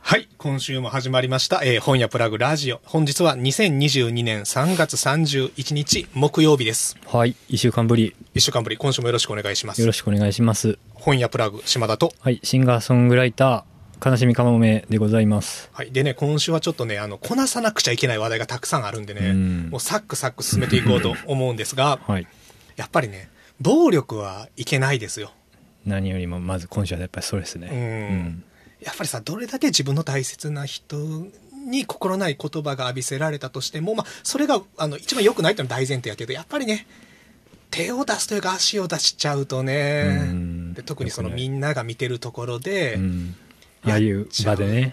はい、今週も始まりました、本屋プラグラジオ。本日は2022年3月31日木曜日です。 はい、1週間ぶり。 1週間ぶり、今週もよろしくお願いします。 よろしくお願いします。 本屋プラグ島田と、 はい、シンガーソングライター悲しみかもめでございます。 はい、でね、今週はちょっとね、こなさなくちゃいけない話題がたくさんあるんでね、もうサクサク進めていこうと思うんですが、 はい、 やっぱりね、暴力はいけないですよ。 何よりもまず今週はやっぱりそれですね。 やっぱりさ、どれだけ自分の大切な人に心ない言葉が浴びせられたとしても、まあ、それが一番良くないっていうのは大前提やけど、やっぱりね、手を出すというか足を出しちゃうとね、で特にそのみんなが見てるところで、 ああいう場でね。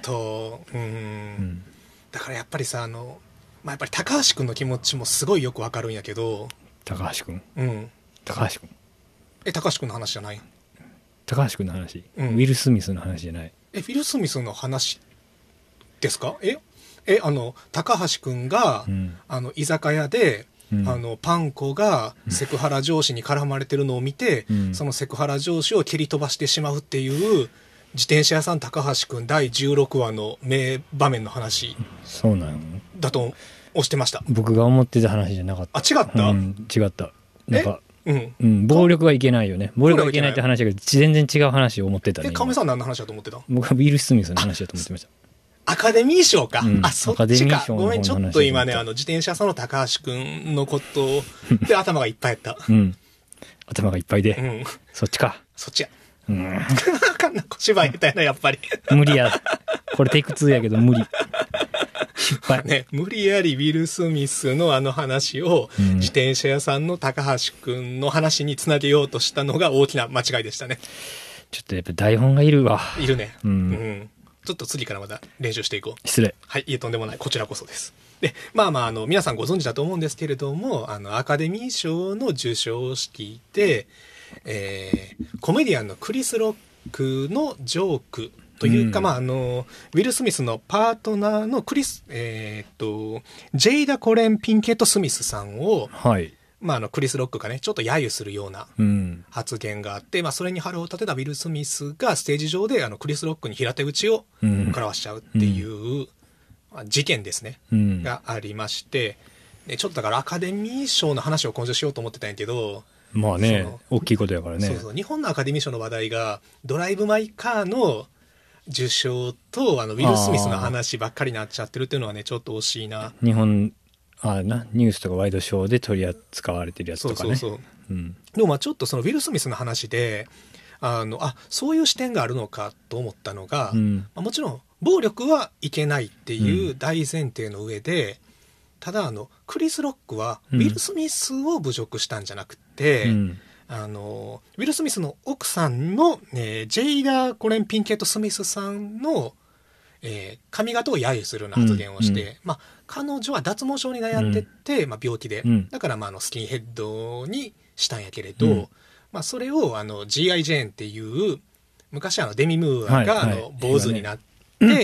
だからやっぱりさ、まあ、やっぱり高橋君の気持ちもすごいよくわかるんやけど。 高橋君高橋君高橋君の話じゃない？ 高橋君の話、ウィル・スミスの話じゃない。 ウィル・スミスの話ですか？高橋君が、居酒屋で、パン粉がセクハラ上司に絡まれてるのを見て、そのセクハラ上司を蹴り飛ばしてしまうっていう自転車屋さん高橋君第16話の名場面の話。 そうなのだと押してました。 僕が思ってた話じゃなかった。 違った？ 違った。なんか暴力はいけないよね。暴力はいけないって話が全然違う話を思ってたね。 亀さん何の話だと思ってた？ 僕はウィル・スミスの話だと思ってました。 アカデミー賞か。そっちか。ごめん、ちょっと今ね、自転車屋さんの高橋くんのことで頭がいっぱいやった。 頭がいっぱいで。そっちか。 そっちや。あかんな、小芝居みたいな、やっぱり。 無理や。これテイク2やけど無理。失敗。 ね、無理やりウィル・スミスの話を、自転車屋さんの高橋くんの話につなげようとしたのが大きな間違いでしたね。 ちょっとやっぱ台本がいるわ。 いるね。ちょっと次からまた練習していこう。 失礼。 はい、いえ、とんでもない。こちらこそです。で、まあ、皆さんご存知だと思うんですけれども、アカデミー賞の授賞式で、コメディアンのクリス・ロックのジョークというか、ウィル・スミスのパートナーのジェイダ・コレン・ピンケット・スミスさんを、クリス・ロックがね、ちょっと揶揄するような発言があって、それに腹を立てたウィル・スミスがステージ上でクリス・ロックに平手打ちを食らわしちゃうっていう事件ですね、がありまして、でちょっとだからアカデミー賞の話を今週しようと思ってたんやけど、 まあね、大きいことやからね。 日本のアカデミー賞の話題がドライブ・マイ・カーの受賞とウィル・スミスの話ばっかりになっちゃってるっていうのはね、ちょっと惜しいな。 日本ニュースとかワイドショーで取り扱われてるやつとかね。 でもちょっとそのウィル・スミスの話でそういう視点があるのかと思ったのが、もちろん暴力はいけないっていう大前提の上で、ただクリス・ロックはウィル・スミスを侮辱したんじゃなくて、ウィル・スミスの奥さんの、ジェイダ・コレン・ピンケット・スミスさんの、髪型を揶揄するような発言をして、彼女は脱毛症に悩んでて、病気で、だからスキンヘッドにしたんやけれど、それをG.I. ジェーンっていう昔デミ・ムーアが坊主になって、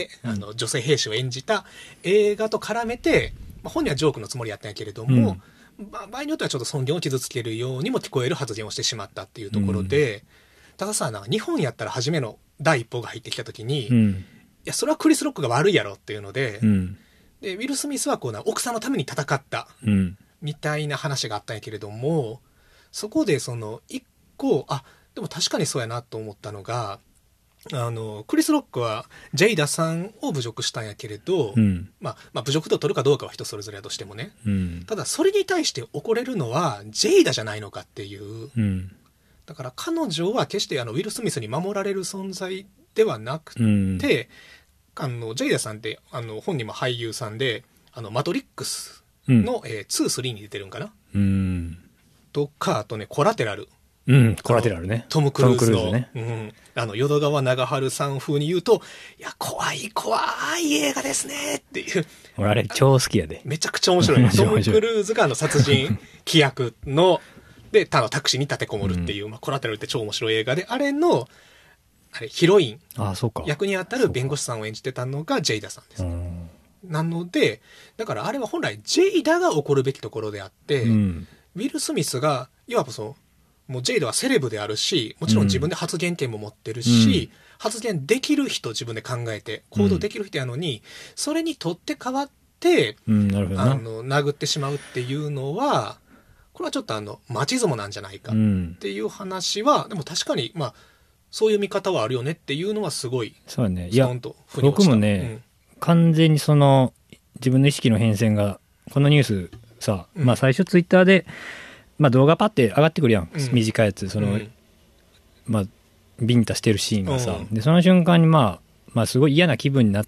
女性兵士を演じた映画と絡めて、本人はジョークのつもりやったんやけれども、場合によってはちょっと尊厳を傷つけるようにも聞こえる発言をしてしまったっていうところで、たださ、日本やったら初めの第一報が入ってきた時に、いやそれはクリス・ロックが悪いやろっていうので、でウィル・スミスは奥さんのために戦った、みたいな話があったんやけれども、そこで一個でも確かにそうやなと思ったのが、クリス・ロックはジェイダさんを侮辱したんやけれど、侮辱と取るかどうかは人それぞれやとしてもね、ただそれに対して怒れるのはジェイダじゃないのかっていう、だから彼女は決してウィル・スミスに守られる存在ではなくて、ジェイダさんって本人も俳優さんでマトリックスの、2、3に出てるんかな、とか、あとねコラテラル、 コラテラルね、 トム・クルーズの淀川長春さん風に言うと、いや怖い映画ですねっていう、 俺あれ超好きやで、 めちゃくちゃ面白いトム・クルーズが殺人規約のでタクシーに立てこもるっていう、コラテラルって超面白い映画で、あれヒロイン役にあたる弁護士さんを演じてたのがジェイダさんです、なのでだからあれは本来ジェイダが怒るべきところであって、ウィル・スミスがいわばもうジェイドはセレブであるし、もちろん自分で発言権も持ってるし、発言できる人、自分で考えて行動できる人やのに、それにとって変わって、殴ってしまうっていうのは、これはちょっとマチズモなんじゃないかっていう話は、でも確かに、まあ、そういう見方はあるよねっていうのはすごい、 そうね。いや、僕もね、完全にその、自分の意識の変遷が、このニュースさ、まあ最初ツイッターで、まあ動画パって上がってくるやん。短いやつ。その、まあ、ビンタしてるシーンがさ。で、その瞬間にまあすごい嫌な気分になって、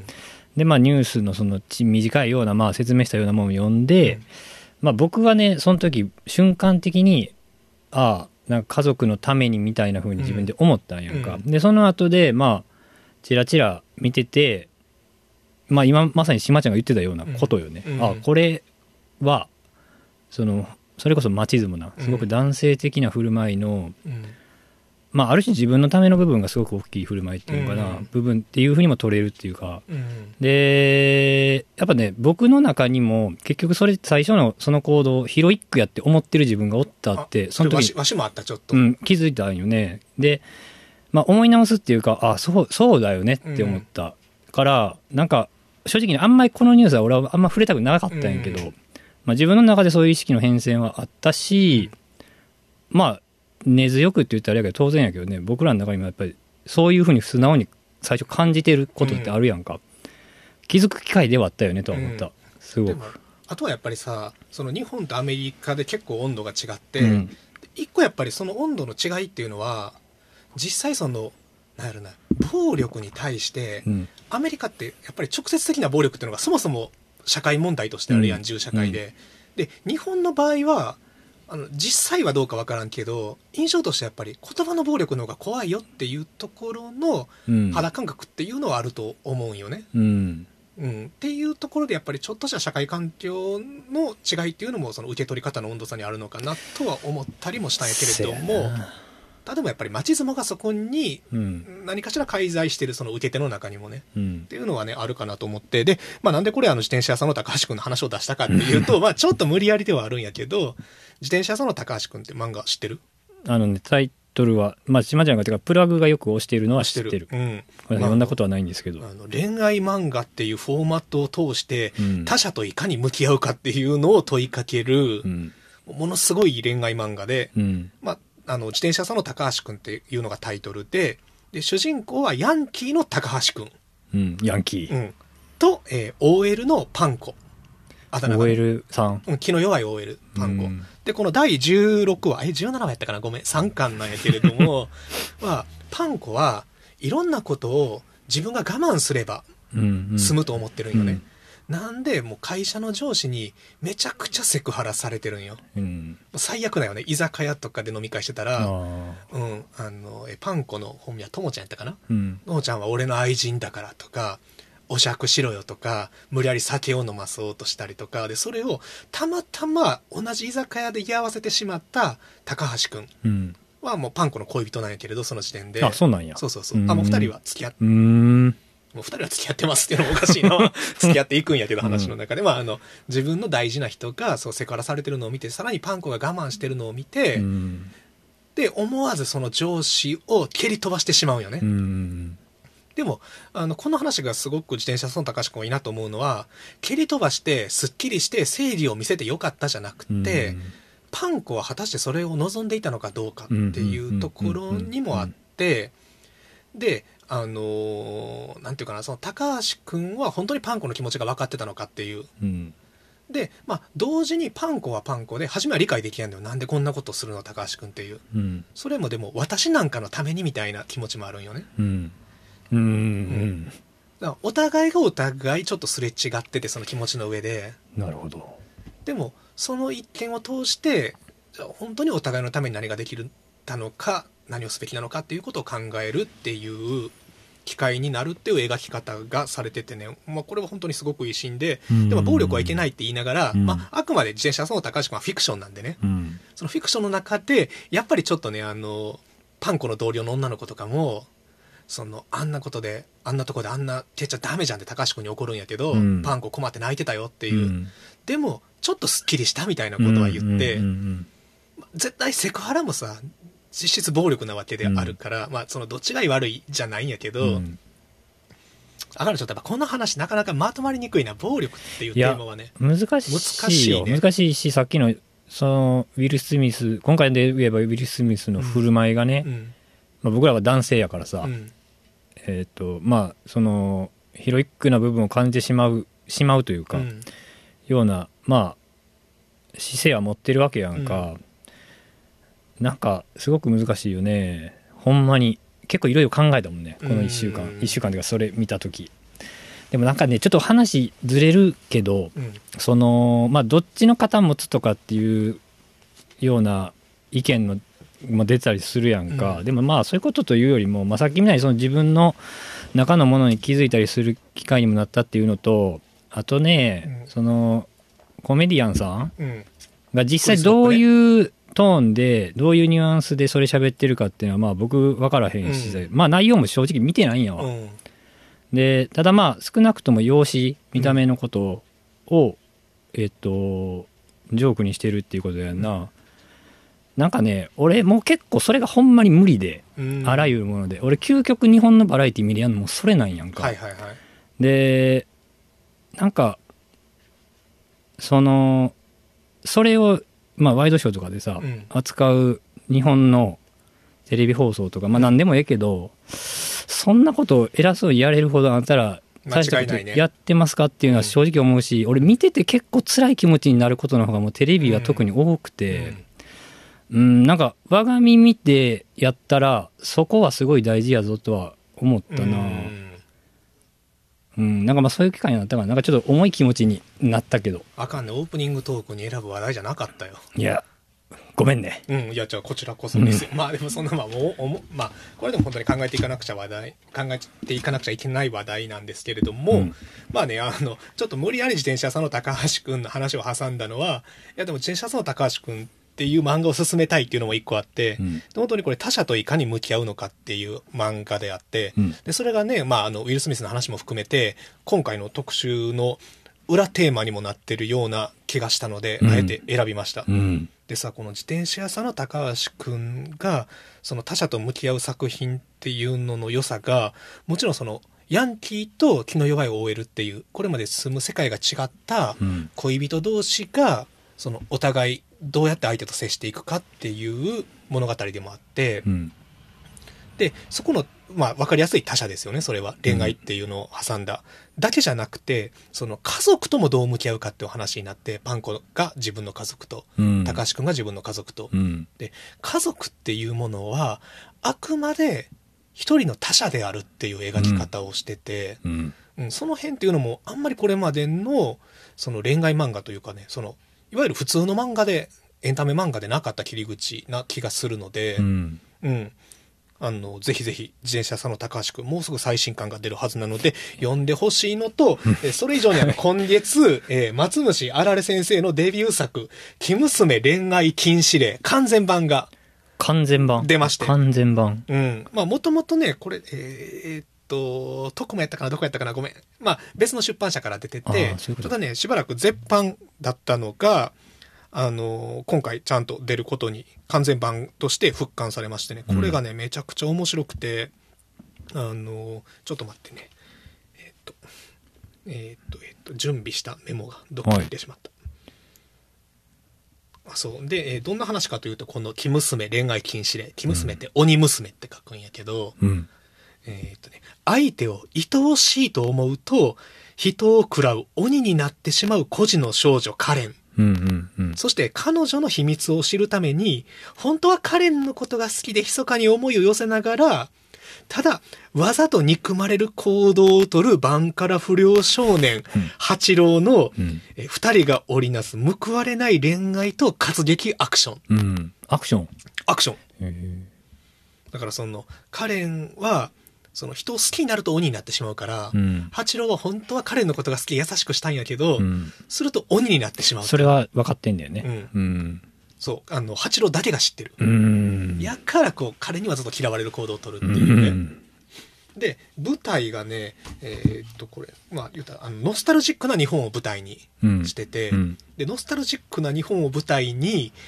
で、まあニュースのその短いような、まあ説明したようなものを読んで、まあ僕はね、その時、瞬間的に、なんか家族のためにみたいな風に自分で思ったんやんか。で、その後で、まあ、チラチラ見てて、まあ今まさに島ちゃんが言ってたようなことよね。これは、それこそマチズモな、すごく男性的な振る舞いの、まあある種自分のための部分がすごく大きい振る舞いっていうのかな、部分っていう風にも取れるっていうか、で、やっぱね、僕の中にも結局それ最初のその行動、ヒロイックやって思ってる自分がおったって、 その時わしもあったちょっと。 気づいたんよね。で、まあ思い直すっていうか、そうだよねって思ったから、なんか、正直にあんまりこのニュースは俺はあんま触れたくなかったんやけど、まあ、自分の中でそういう意識の変遷はあったし、まあ根強くって言ったらあれやけど当然やけどね、僕らの中にもやっぱりそういうふうに素直に最初感じてることってあるやんか、気づく機会ではあったよねとは思った、すごく。 あとはやっぱりさ、その日本とアメリカで結構温度が違って、一個やっぱりその温度の違いっていうのは実際そのなんやろな、暴力に対して、アメリカってやっぱり直接的な暴力っていうのがそもそも社会問題としてあるやん、銃社会で。で、日本の場合は、実際はどうかわからんけど、印象としてやっぱり言葉の暴力の方が怖いよっていうところの肌感覚っていうのはあると思うんよね。っていうところでやっぱりちょっとした社会環境の違いっていうのもその受け取り方の温度差にあるのかなとは思ったりもしたんやけれども、でもやっぱりマチズモがそこに何かしら介在してるその受け手の中にもね、っていうのはねあるかなと思って、で、まあなんでこれ自転車屋さんの高橋くんの話を出したかっていうとまあちょっと無理やりではあるんやけど、自転車屋さんの高橋くんって漫画知ってる？ タイトルは、まあ島ちゃんがてかプラグがよく押しているのは知ってる。読んだことはないんですけど、 恋愛漫画っていうフォーマットを通して他者といかに向き合うかっていうのを問いかける、ものすごい恋愛漫画で、まあ自転車屋さんの高橋くんっていうのがタイトルで、主人公はヤンキーの高橋くん。 ヤンキー。 と、OL のパンコ。 OL さん。 気の弱い OL、パンコ。で、この第16話、17話やったかな、ごめん、3巻なんやけれども、パンコはいろんなことを自分が我慢すれば済むと思ってるんよね。なんで、もう会社の上司にめちゃくちゃセクハラされてるんよ。最悪だよね。居酒屋とかで飲み会してたら、パンコの本名はともちゃんやったかな。ともちゃんは俺の愛人だからとか、お酌しろよとか、無理やり酒を飲まそうとしたりとか、で、それをたまたま同じ居酒屋で居合わせてしまった高橋くんはもうパンコの恋人なんやけれど、その時点で。 そうなんや。 そう。もう二人は付き合って。もう二人は付き合ってますっていうのもおかしいな。付き合っていくんやけど、話の中で。自分の大事な人がそうセクハラされてるのを見て、さらにパンコが我慢してるのを見て、で、思わずその上司を蹴り飛ばしてしまうよね。でも、この話がすごく自転車屋さんの高橋君はいいなと思うのは、蹴り飛ばして、すっきりして、正義を見せてよかったじゃなくて、パンコは果たしてそれを望んでいたのかどうかっていうところにもあって、で、なんていうかな、その高橋くんは本当にパンコの気持ちが分かってたのかっていう。で、同時にパンコはパンコで、初めは理解できないんだよ。なんでこんなことするの、高橋くんっていう。それもでも、私なんかのためにみたいな気持ちもあるんよね。だからお互いがお互いちょっとすれ違ってて、その気持ちの上で。 なるほど。 でも、その一件を通して、じゃあ本当にお互いのために何ができたのか、何をすべきなのかっていうことを考えるっていう機会になるっていう描き方がされててね、これは本当にすごくいいシーンで、でも暴力はいけないって言いながら、あくまで自転車屋さんの高橋君はフィクションなんでね、そのフィクションの中でやっぱりちょっとね、パンコの同僚の女の子とかもあんなことであんなとこであんな手ちゃダメじゃんって高橋君に怒るんやけど、パンコ困って泣いてたよっていう、でもちょっとスッキリしたみたいなことは言って、 絶対セクハラもさ実質暴力なわけであるから、まあそのどっちが悪いじゃないんやけど、だからちょっとやっぱこの話なかなかまとまりにくいな。暴力っていうテーマはね難しいよ、難しいし、さっきのそのウィル・スミス、今回で言えばウィル・スミスの振る舞いがね、まあ、僕らは男性やからさ、まあそのヒロイックな部分を感じてしまうというか、ようなまあ姿勢は持ってるわけやんか、なんかすごく難しいよね。ほんまに結構いろいろ考えたもんね、この1週間というかそれ見た時。でもなんかねちょっと話ずれるけど、そのまあどっちの肩持つとかっていうような意見のも出たりするやんか、でもまあそういうことというよりも、まあ、さっきみたいにその自分の中のものに気づいたりする機会にもなったっていうのと、あとね、そのコメディアンさんが実際どういうトーンでどういうニュアンスでそれ喋ってるかっていうのはまあ僕分からへんし、まあ内容も正直見てないんやわ、でただまあ少なくとも容姿見た目のことを、ジョークにしてるっていうことやんな。なんかね俺もう結構それがほんまに無理で、あらゆるもので俺究極日本のバラエティ見るやんのもそれなんやんか、でなんかそれをまあワイドショーとかでさ、扱う日本のテレビ放送とかまあ何でもええけど、そんなことを偉そうにやれるほどあんたら大したことやってますかっていうのは正直思うし、俺見てて結構辛い気持ちになることの方がもうテレビは特に多くて、なんか我が身見てやったらそこはすごい大事やぞとは思ったな。なんかまあそういう機会になったからなんかちょっと重い気持ちになったけど。 あかんね、オープニングトークに選ぶ話題じゃなかったよ。 いやごめんね。 いやじゃあこちらこそですよ。まあでもそんなまあこれでも本当に考えていかなくちゃいけない話題なんですけれども、まあねちょっと無理やり自転車屋さんの高橋くんの話を挟んだのは、いやでも自転車屋さんの高橋くんっていう漫画を進めたいっていうのも一個あって、本当にこれ他者といかに向き合うのかっていう漫画であって、でそれがね、まあウィル・スミスの話も含めて今回の特集の裏テーマにもなってるような気がしたので、あえて選びました。でさ、この自転車屋さんの高橋くんがその他者と向き合う作品っていうのの良さが、もちろんそのヤンキーと気の弱い OL っていうこれまで住む世界が違った恋人同士がそのお互いどうやって相手と接していくかっていう物語でもあって、でそこのまあ分かりやすい他者ですよね。それは恋愛っていうのを挟んだだけじゃなくて、その家族ともどう向き合うかっていう話になって、パンコが自分の家族と、高橋くんが自分の家族と、で家族っていうものはあくまで一人の他者であるっていう描き方をしてて、その辺っていうのもあんまりこれまでのその恋愛漫画というかね、そのいわゆる普通の漫画でエンタメ漫画でなかった切り口な気がするので、ぜひぜひ自転車屋さんの高橋くんもうすぐ最新刊が出るはずなので読んでほしいのと、それ以上に今月、松虫あられ先生のデビュー作「生娘恋愛禁止令」完全版が出まして、 完全版、 まあもともとねこれ徳間やったかなどこやったかなごめん、まあ別の出版社から出てて、ただねしばらく絶版だったのが今回ちゃんと出ることに完全版として復刊されましてね、これがねめちゃくちゃ面白くて、ちょっと待ってね、準備したメモがどっかに行ってしまった、そうで、どんな話かというと、この「生娘恋愛禁止令」、生娘って鬼娘って書くんやけど、相手を愛おしいと思うと人を喰らう鬼になってしまう孤児の少女カレン、そして彼女の秘密を知るために本当はカレンのことが好きで密かに思いを寄せながら、ただわざと憎まれる行動をとるバンカラ不良少年、八郎の二人が織りなす報われない恋愛と活劇アクション、 アクションだからそのカレンはその人を好きになると鬼になってしまうから、八郎は本当はカレンのことが好きで優しくしたんやけど、すると鬼になってしまう。 それは分かってんだよね。 そう八郎だけが知ってる。やからこう彼にはずっと嫌われる行動を取るっていうね。で舞台がねこれまあ言うたらノスタルジックな日本を舞台にしてて、でノスタルジックな日本を舞台に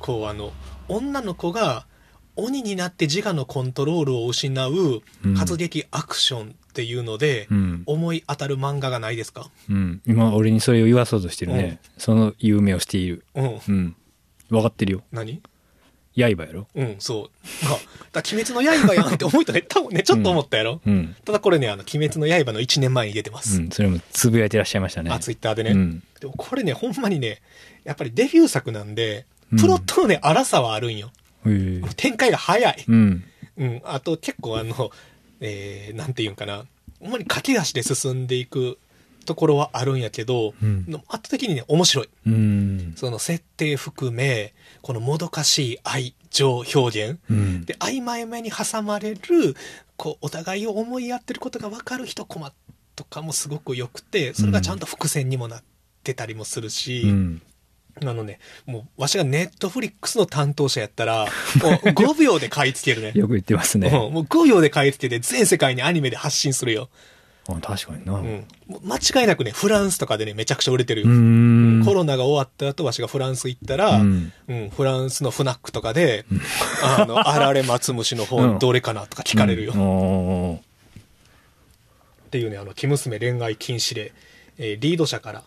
こう女の子が鬼になって自我のコントロールを失う活劇アクションっていうので、思い当たる漫画がないですか？ 今俺にそれを言わそうとしてるね。その夢をしている。分かってるよ。 何？ 刃やろ？ そう。だ鬼滅の刃やんって思ったね。多分ね、ちょっと思ったやろ？ただこれね、鬼滅の刃の1年前に出てます。 それもつぶやいてらっしゃいましたね。 ツイッターでね。でもこれね、ほんまにね、やっぱりデビュー作なんで、プロットのね、荒さはあるんよ。展開が早い。あと結構なんていうんかな、ほんまに駆け足で進んでいくところはあるんやけど、圧倒的にね、面白い。その設定含め、このもどかしい愛情表現、で、曖昧めに挟まれる、こう、お互いを思いやってることが分かる一コマとかもすごく良くて、それがちゃんと伏線にもなってたりもするし、もう、わしがネットフリックスの担当者やったら、もう5秒で買い付けるね。 よく言ってますね。 もう5秒で買い付けて全世界にアニメで発信するよ。 確かにな。 間違いなくね、フランスとかでね、めちゃくちゃ売れてるよ。コロナが終わった後、わしがフランス行ったら、フランスのフナックとかで、あられ松虫の本どれかなとか聞かれるよ。っていうね、生娘恋愛禁止令、リード社から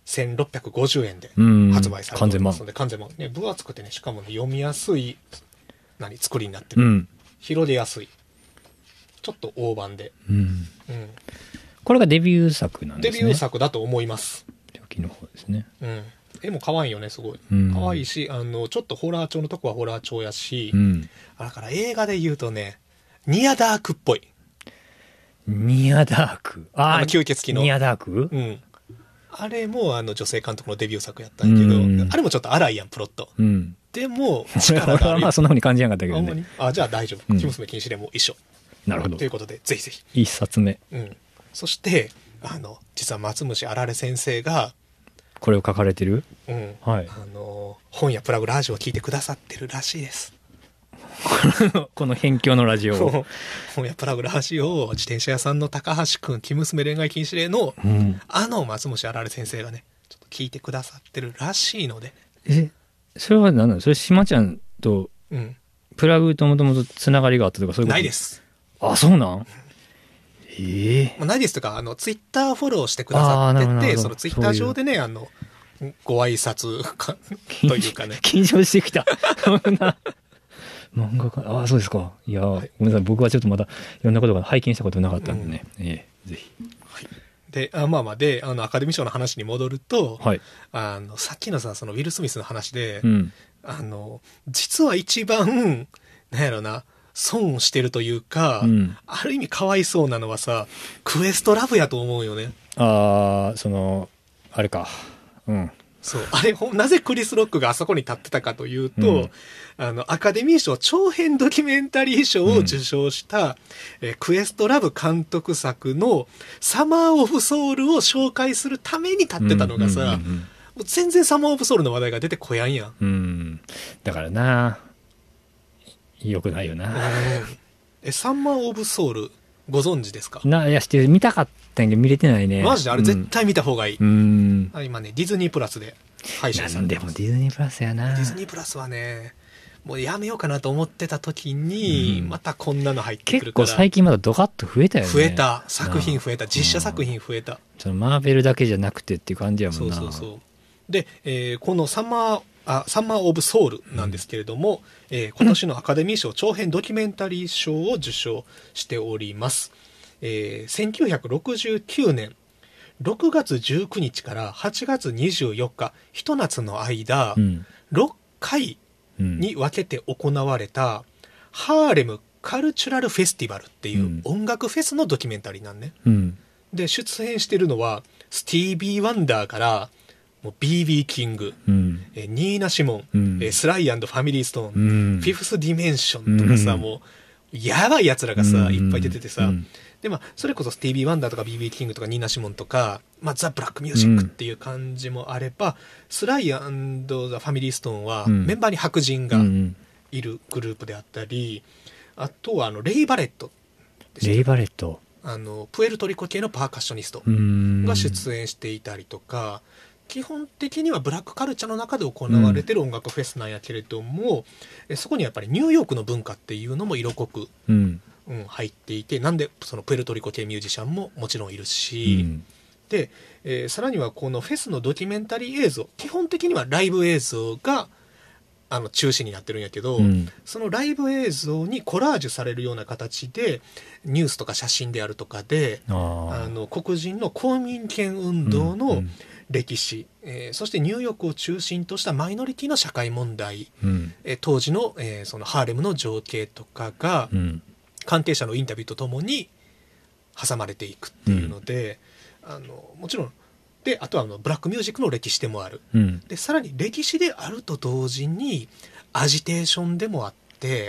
1650円で発売されていますので、完全版。ね、分厚くてね、しかもね、読みやすい、作りになってる。広げやすい。ちょっと大判で。 これがデビュー作なんですね。 デビュー作だと思います。 初期の方ですね。 絵も可愛いよね、すごい。可愛いし、ちょっとホラー調のとこはホラー調やし、だから映画で言うとね、ニアダークっぽい。 ニアダーク。 吸血鬼の。 ニアダーク？ あれも女性監督のデビュー作やったんやけど、あれもちょっと荒いやん、プロット。でも、力がある。 まあそんな風に感じなかったけどね。 じゃあ大丈夫。生娘禁止令も一緒。 なるほど。 ということで、ぜひぜひ。 一冊目。 そして、実は松虫あられ先生が、 これを書かれてる？ はい。本やプラグラジオを聞いてくださってるらしいです。 この辺境のラジオを。 本やプラグラジオを自転車屋さんの高橋くん、生娘恋愛禁止令の、松虫あられ先生がね、ちょっと聞いてくださってるらしいので。 それは何なの？それ島ちゃんと、プラグともともとつながりがあったとかそういうこと？ ないです。 そうなん？ ないですとか、ツイッターフォローしてくださってて、そのツイッター上でね、ご挨拶というかね。 緊張してきた。漫画家、そうですか。いや、ごめんなさい。僕はちょっとまだいろんなことが拝見したことなかったんでね。ぜひ。 で、で、アカデミー賞の話に戻ると、さっきのさ、そのウィル・スミスの話で、実は一番、なんやろな、損をしてるというか、ある意味かわいそうなのはさ、クエストラブやと思うよね。 あれか。 そう。あれ、なぜクリス・ロックがあそこに立ってたかというと、アカデミー賞長編ドキュメンタリー賞を受賞した、クエストラブ監督作のサマー・オブ・ソウルを紹介するために立ってたのがさ、もう全然サマー・オブ・ソウルの話題が出てこやんやん。 だからな、よくないよな。 サマー・オブ・ソウル、ご存知ですか？ いや、知ってる。見たかったんやけど見れてないね。 マジであれ絶対見た方がいい。今ね、ディズニープラスで配信されてます。 でもディズニープラスやな。 ディズニープラスはね、もうやめようかなと思ってた時に、またこんなの入ってくるから。 結構最近まだドカッと増えたよね。 増えた。作品増えた。実写作品増えた。 マーベルだけじゃなくてっていう感じやもんな。 そう。で、このサマー・オブ・ソウルなんですけれども、今年のアカデミー賞長編ドキュメンタリー賞を受賞しております。1969年6月19日から8月24日、ひと夏の間、6回に分けて行われた、ハーレムカルチュラルフェスティバルっていう音楽フェスのドキュメンタリーなんね。で、出演してるのは、スティービー・ワンダーから、BB キング、ニーナ・シモン、スライ&ファミリー・ストーン、フィフス・ディメンションとかさ、もう、やばい奴らがさ、いっぱい出ててさ、で、それこそスティービー・ワンダーとか BB キングとかニーナ・シモンとか、ザ・ブラック・ミュージックっていう感じもあれば、スライ&ザ・ファミリー・ストーンは、メンバーに白人がいるグループであったり、あとはレイ・バレット。 レイ・バレット。 プエルトリコ系のパーカッショニストが出演していたりとか、 基本的にはブラックカルチャーの中で行われてる音楽フェスなんやけれども、そこにやっぱりニューヨークの文化っていうのも色濃く、入っていて、なんでそのプエルトリコ系ミュージシャンももちろんいるし、で、さらにはこのフェスのドキュメンタリー映像、基本的にはライブ映像が中心になってるんやけど、そのライブ映像にコラージュされるような形でニュースとか写真であるとかで黒人の公民権運動の歴史、そしてニューヨークを中心としたマイノリティの社会問題、当時の、そのハーレムの情景とかが、関係者のインタビューとともに挟まれていくっていうので、もちろんで、あとはブラックミュージックの歴史でもある、でさらに歴史であると同時にアジテーションでもあって、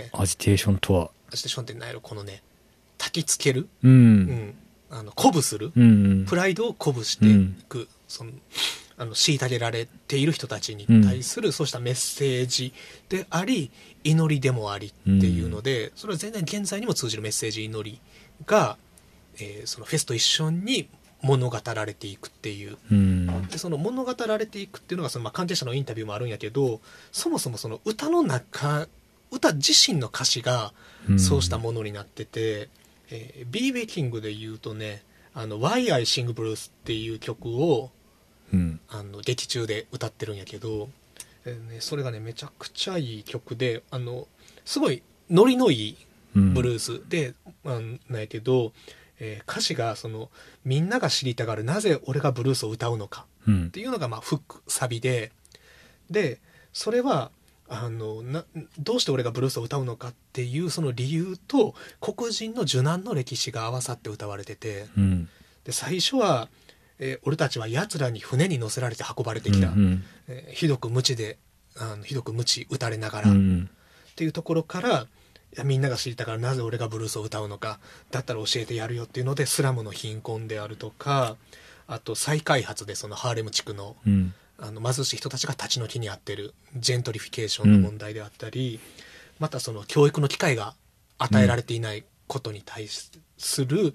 アジテーションとは、 アジテーションって何やろ、このね、焚きつける、 鼓舞する、プライドを鼓舞していく、その虐げられている人たちに対する、そうしたメッセージであり祈りでもありっていうので、それは全然現在にも通じるメッセージ、祈りが、そのフェスと一緒に物語られていくっていう、でその物語られていくっていうのがその、関係者のインタビューもあるんやけど、そもそもその歌の中、歌自身の歌詞がそうしたものになってて、B.B. キングで言うとね、Why I Sing Blues っていう曲を、劇中で歌ってるんやけど、それがねめちゃくちゃいい曲で、すごいノリのいいブルースで、なんやけど、歌詞がそのみんなが知りたがるなぜ俺がブルースを歌うのかっていうのがフックサビで、それはどうして俺がブルースを歌うのかっていうその理由と黒人の受難の歴史が合わさって歌われてて、で最初は、俺たちは奴らに船に乗せられて運ばれてきた、ひどく鞭打たれながら、っていうところから、いやみんなが知りたからなぜ俺がブルースを歌うのか、だったら教えてやるよっていうので、スラムの貧困であるとか、あと再開発でそのハーレム地区の、貧しい人たちが立ち退きにあってるジェントリフィケーションの問題であったり、またその教育の機会が与えられていないことに対する、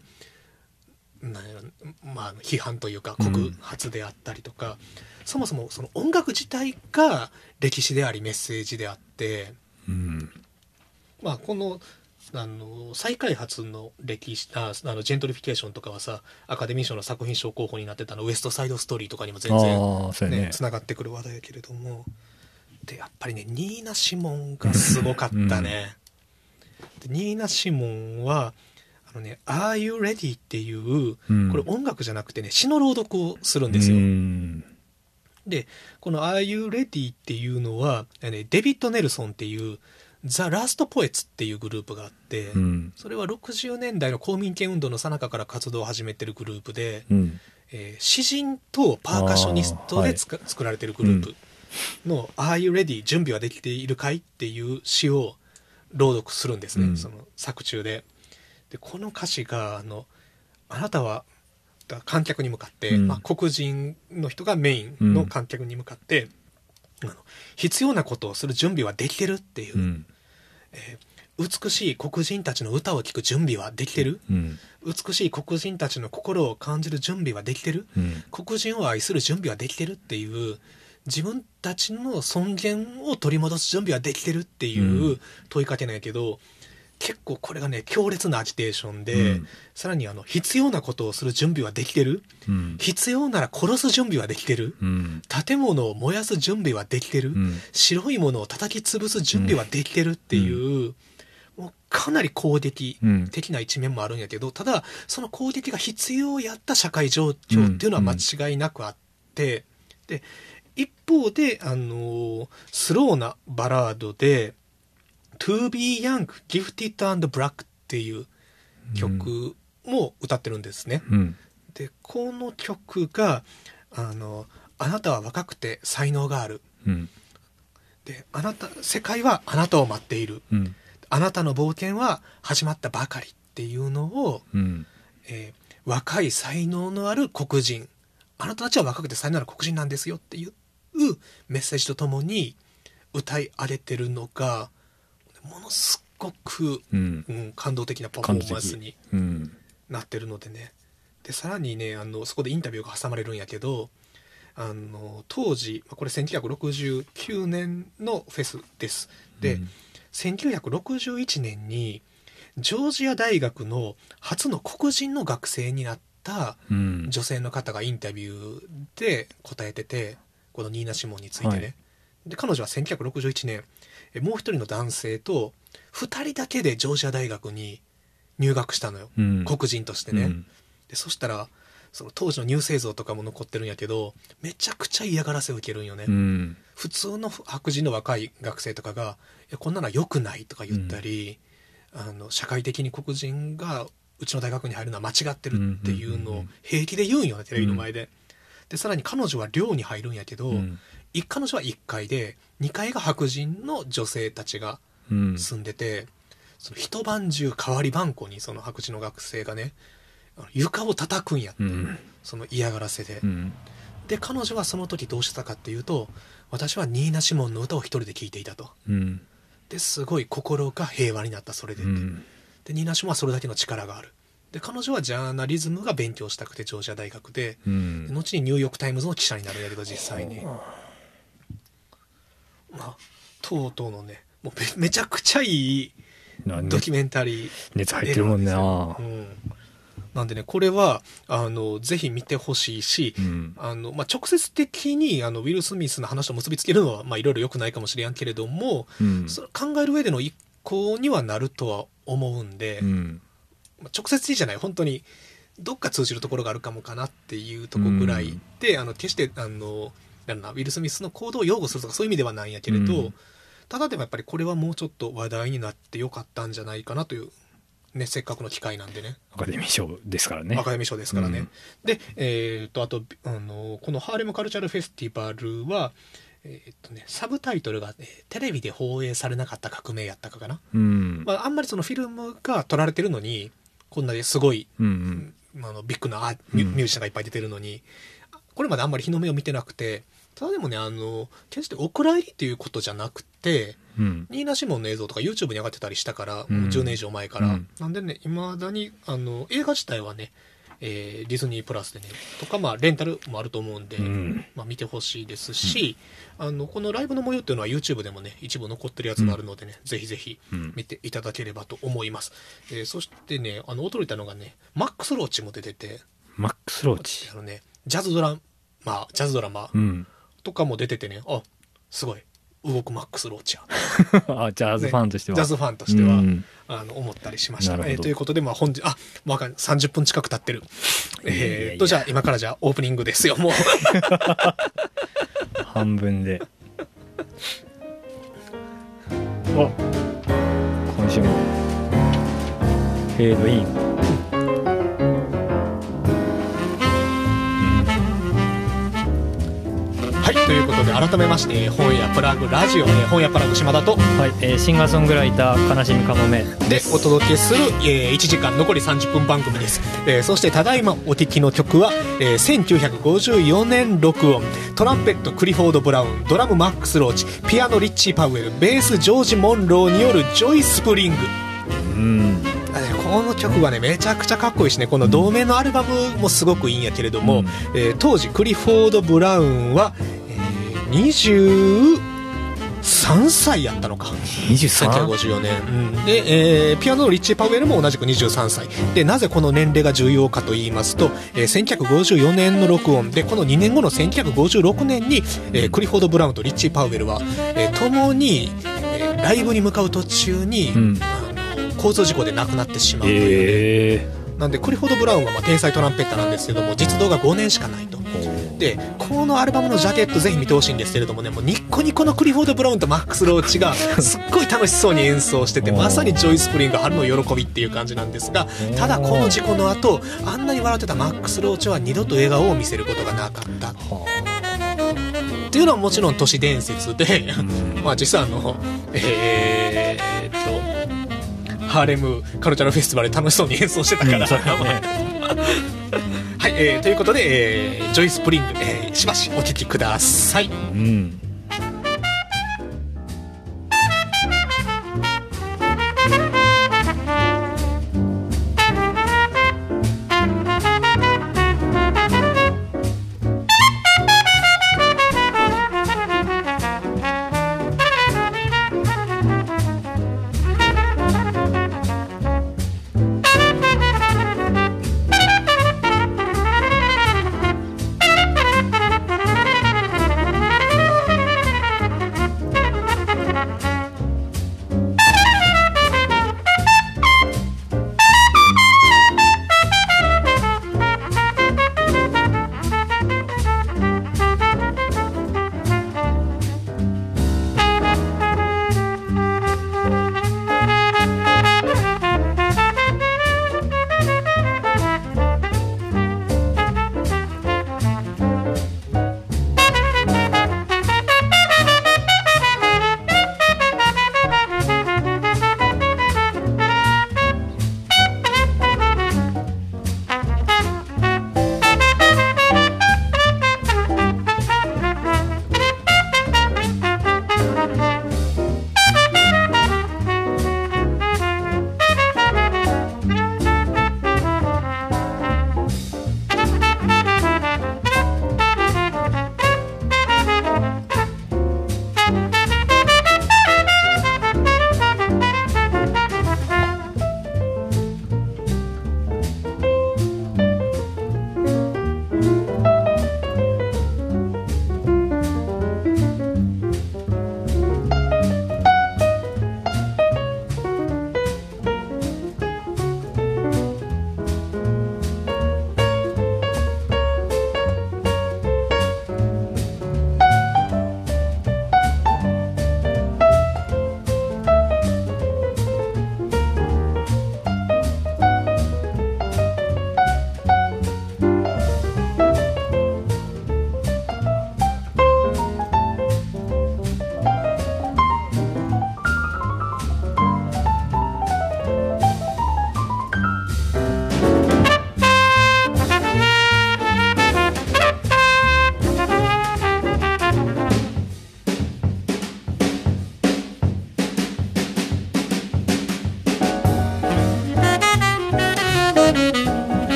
批判というか告発であったりとか、そもそもその音楽自体が歴史でありメッセージであって、この再開発の歴史、ジェントリフィケーションとかはさ、アカデミー賞の作品賞候補になってたウエストサイドストーリーとかにも全然つながってくる話題やけれども、でやっぱりねニーナ・シモンがすごかったね。でニーナ・シモンはAre You Ready っていう、これ音楽じゃなくてね詩の朗読をするんですよ。でこの Are You Ready っていうのは、デビッド・ネルソンっていうザ・ラスト・ポエツっていうグループがあって、それは60年代の公民権運動の最中から活動を始めてるグループで、詩人とパーカッショニストで作られてるグループの Are You Ready 準備はできているかいっていう詩を朗読するんですね、その作中で。でこの歌詞があなたは観客に向かって、黒人の人がメインの観客に向かって、必要なことをする準備はできてるっていう、美しい黒人たちの歌を聴く準備はできてる、美しい黒人たちの心を感じる準備はできてる、黒人を愛する準備はできてるっていう、自分たちの尊厳を取り戻す準備はできてるっていう問いかけなんやけど、結構これがね強烈なアジテーションで、さらに必要なことをする準備はできてる、必要なら殺す準備はできてる、建物を燃やす準備はできてる、白いものを叩き潰す準備はできてるっていう、もうかなり攻撃的な一面もあるんやけど、ただその攻撃が必要やった社会状況っていうのは間違いなくあって、で一方でスローなバラードでTo Be Young, Gifted and Black っていう曲も歌ってるんですね、でこの曲があなたは若くて才能がある、で世界はあなたを待っている、あなたの冒険は始まったばかりっていうのを、若い才能のある黒人、あなたたちは若くて才能ある黒人なんですよっていうメッセージとともに歌い上げてるのがものすごく、感動的なパフォーマンスになってるのでね。でさらにねそこでインタビューが挟まれるんやけど、 当時これ1969年のフェスです。で、1961年にジョージア大学の初の黒人の学生になった女性の方がインタビューで答えてて、このニーナ・シモンについてね、はい、で彼女は1961年もう一人の男性と2人だけでジョージア大学に入学したのよ、黒人としてね、でそしたらその当時の入生像とかも残ってるんやけど、めちゃくちゃ嫌がらせを受けるんよね、普通の白人の若い学生とかがこんなのは良くないとか言ったり、社会的に黒人がうちの大学に入るのは間違ってるっていうのを平気で言うんよね、テレビの前で。でさらに彼女は寮に入るんやけど、彼女は1階で2階が白人の女性たちが住んでて、その一晩中代わり番号にその白人の学生がね床を叩くんやって、その嫌がらせで、で彼女はその時どうしたかっていうと、私はニーナ・シモンの歌を一人で聴いていたと、ですごい心が平和になった、それでって、でニーナ・シモンはそれだけの力がある。で彼女はジャーナリズムが勉強したくてジョージア大学で、で後にニューヨークタイムズの記者になるんだけど、実際にとうとうのね、もう めちゃくちゃいいドキュメンタリー熱入ってるもんね。 なんでね、これはぜひ見てほしいし、直接的にウィル・スミスの話と結びつけるのはいろいろ良くないかもしれんけれども、それ考える上での一個にはなるとは思うんで、直接的じゃない、本当にどっか通じるところがあるかもかなっていうところぐらいで、決してウィル・スミスの行動を擁護するとかそういう意味ではないんやけれど、ただでもやっぱりこれはもうちょっと話題になってよかったんじゃないかなという、ね、せっかくの機会なんでね。 アカデミー賞ですからね。 アカデミー賞ですからね。で、あとこのハーレムカルチャルフェスティバルはサブタイトルが、テレビで放映されなかった革命やったかかな、あんまりそのフィルムが撮られてるのにこんなすごい、ビッグなミュージシャンがいっぱい出てるのに、これまであんまり日の目を見てなくて、ただでもね決してお蔵入りっていうことじゃなくて、ニーナ・シモンの映像とか YouTube に上がってたりしたから、もう10年以上前から、なんでね、いまだに映画自体はね、ディズニープラスでねとか、レンタルもあると思うんで、見てほしいですし、このライブの模様っていうのは YouTube でもね一部残ってるやつがあるのでね、ぜひぜひ見ていただければと思います。そしてね驚いたのがね、マックス・ローチも出てて、 マックス・ローチジャズドラマ、とかも出ててね、すごい動くマックス・ローチやジャズファンとしては、 ジャズファンとしては、思ったりしました。ということで、本日30分近く経ってる。じゃあ今からオープニングですよ、もう半分で今週もフェードイン。 はい、ということで改めまして本屋プラグラジオ、本屋プラグ島田と、 シンガーソングライター悲しみかもめでお届けする、1時間残り30分番組です。そしてただいまお聴きの曲は、1954年録音、トランペットクリフォード・ブラウン、ドラムマックス・ローチ、ピアノリッチー・パウエル、ベースジョージ・モンローによるジョイ・スプリング。この曲はねめちゃくちゃかっこいいしね、この同名のアルバムもすごくいいんやけれども、当時クリフォード・ブラウンは、23歳やったのか、1954年、で、ピアノのリッチー・パウエルも同じく23歳で、なぜこの年齢が重要かと言いますと、1954年の録音で、この2年後の1956年に、クリフォード・ブラウンとリッチー・パウエルは、共に、ライブに向かう途中に、交通事故で亡くなってしまうという、なんでクリフォード・ブラウンは天才トランペッターなんですけども、実動が5年しかないと。でこのアルバムのジャケットぜひ見てほしいんですけれどもね、もうニッコニコのクリフォード・ブラウンとマックス・ローチがすっごい楽しそうに演奏しててまさにジョイ・スプリング春の喜びっていう感じなんですが、ただこの事故の後あんなに笑ってたマックス・ローチは二度と笑顔を見せることがなかったっていうのはもちろん都市伝説で実はハーレムカルチャルフェスティバルで楽しそうに演奏してたから、はい、ということで、ジョイ・スプリング、しばしお聴きください。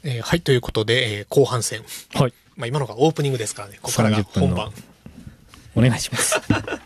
はい、ということで、後半戦。 はい。 まあ今のがオープニングですからね、ここからが本番。 お願いします。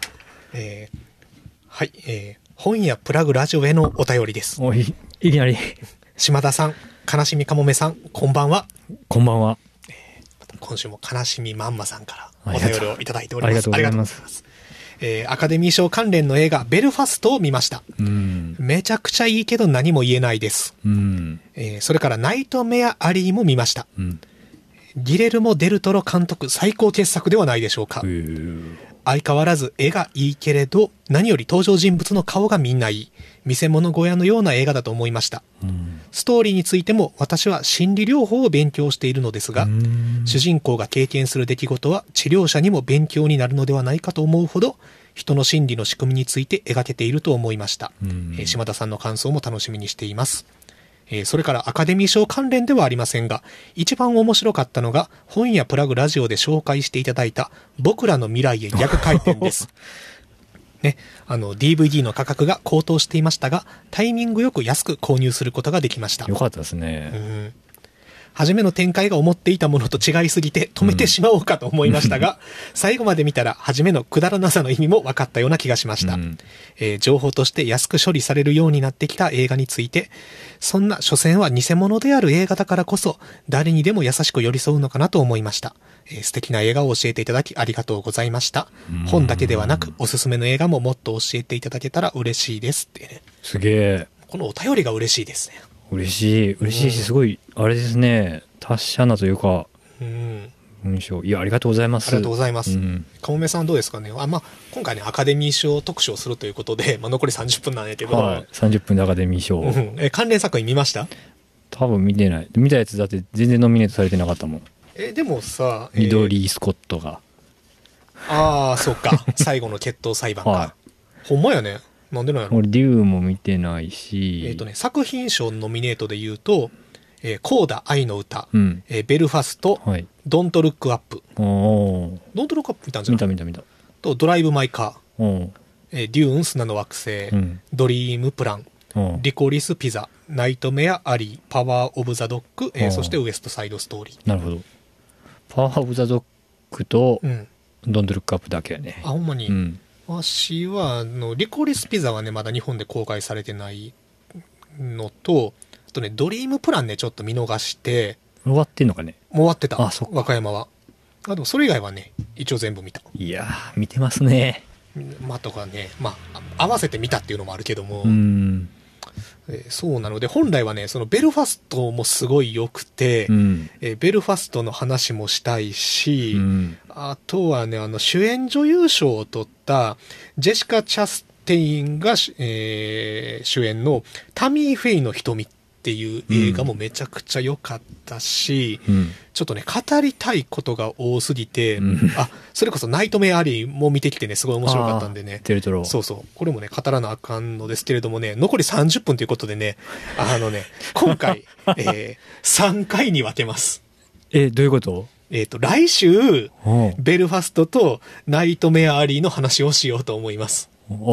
はい、本屋プラグラジオへのお便りです。 いきなり。 島田さん、悲しみかもめさん、こんばんは。 こんばんは。 今週も悲しみまんまさんからお便りをいただいております。 ありがとうございます。 アカデミー賞関連の映画、ベルファストを見ました。めちゃくちゃいいけど何も言えないです。それからナイトメアアリーも見ました。ギレルモ・デルトロ監督最高傑作ではないでしょうか。相変わらず絵がいいけれど、何より登場人物の顔がみんないい。見せ物小屋のような映画だと思いました。ストーリーについても私は心理療法を勉強しているのですが、主人公が経験する出来事は治療者にも勉強になるのではないかと思うほど、人の心理の仕組みについて描けていると思いました。島田さんの感想も楽しみにしています。それからアカデミー賞関連ではありませんが、一番面白かったのが本屋プラグラジオで紹介していただいた僕らの未来へ逆回転です。ね、DVD の価格が高騰していましたが、タイミングよく安く購入することができました。 よかったですね。 初めの展開が思っていたものと違いすぎて止めてしまおうかと思いましたが、最後まで見たら初めのくだらなさの意味も分かったような気がしました。情報として安く処理されるようになってきた映画について、そんな所詮は偽物である映画だからこそ誰にでも優しく寄り添うのかなと思いました。素敵な映画を教えていただきありがとうございました。本だけではなくおすすめの映画ももっと教えていただけたら嬉しいですってね。 すげえ。 このお便りが嬉しいですね。 嬉しいし、すごいあれですね、達者なというか、文章、いや、ありがとうございます。 ありがとうございます。かもめさんどうですかね。今回ねアカデミー賞特集をするということで、残り30分なんやけど、 30分でアカデミー賞、 関連作品見ました？ 多分見てない。見たやつだって全然ノミネートされてなかったもん。 でもさ、 リドリー・スコットが、 そうか最後の決闘裁判か、ほんまやね。なんでなんやろ。 俺デューも見てないし、 作品賞ノミネートで言うと、コーダ愛の歌、ベルファスト、ドントルックアップ。ドントルックアップ見たんじゃない？ 見た。 とドライブマイカー、デューン砂の惑星、ドリームプラン、リコリスピザ、ナイトメアアリー、パワーオブザドッグ、そしてウエストサイドストーリー。 なるほど。パワーオブザドッグとドントルックアップだけやね。 ほんまに。わしはリコリスピザはねまだ日本で公開されてないのと、あとねドリームプランねちょっと見逃して。 終わってんのかね。 もう終わってた。 和歌山は。でもそれ以外はね一応全部見た。 いやー見てますね。 とかね、合わせて見たっていうのもあるけども、そうなので本来はねそのベルファストもすごい良くて、ベルファストの話もしたいし、あとはね主演女優賞を取ったジェシカ・チャステインが、主演のタミー・フェイの瞳っていう映画もめちゃくちゃ良かったし、ちょっとね語りたいことが多すぎて、それこそナイトメアリーも見てきてねすごい面白かったんでね、そうこれもね語らなあかんのですけれどもね、残り30分ということでね今回、3回に分けます。 どういうこと？ 来週ベルファストとナイトメアリーの話をしようと思います。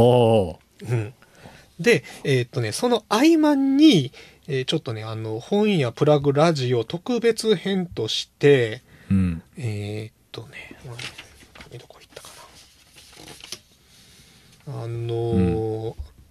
でその合間にちょっとね本屋プラグラジオ特別編として、どこ行ったかな、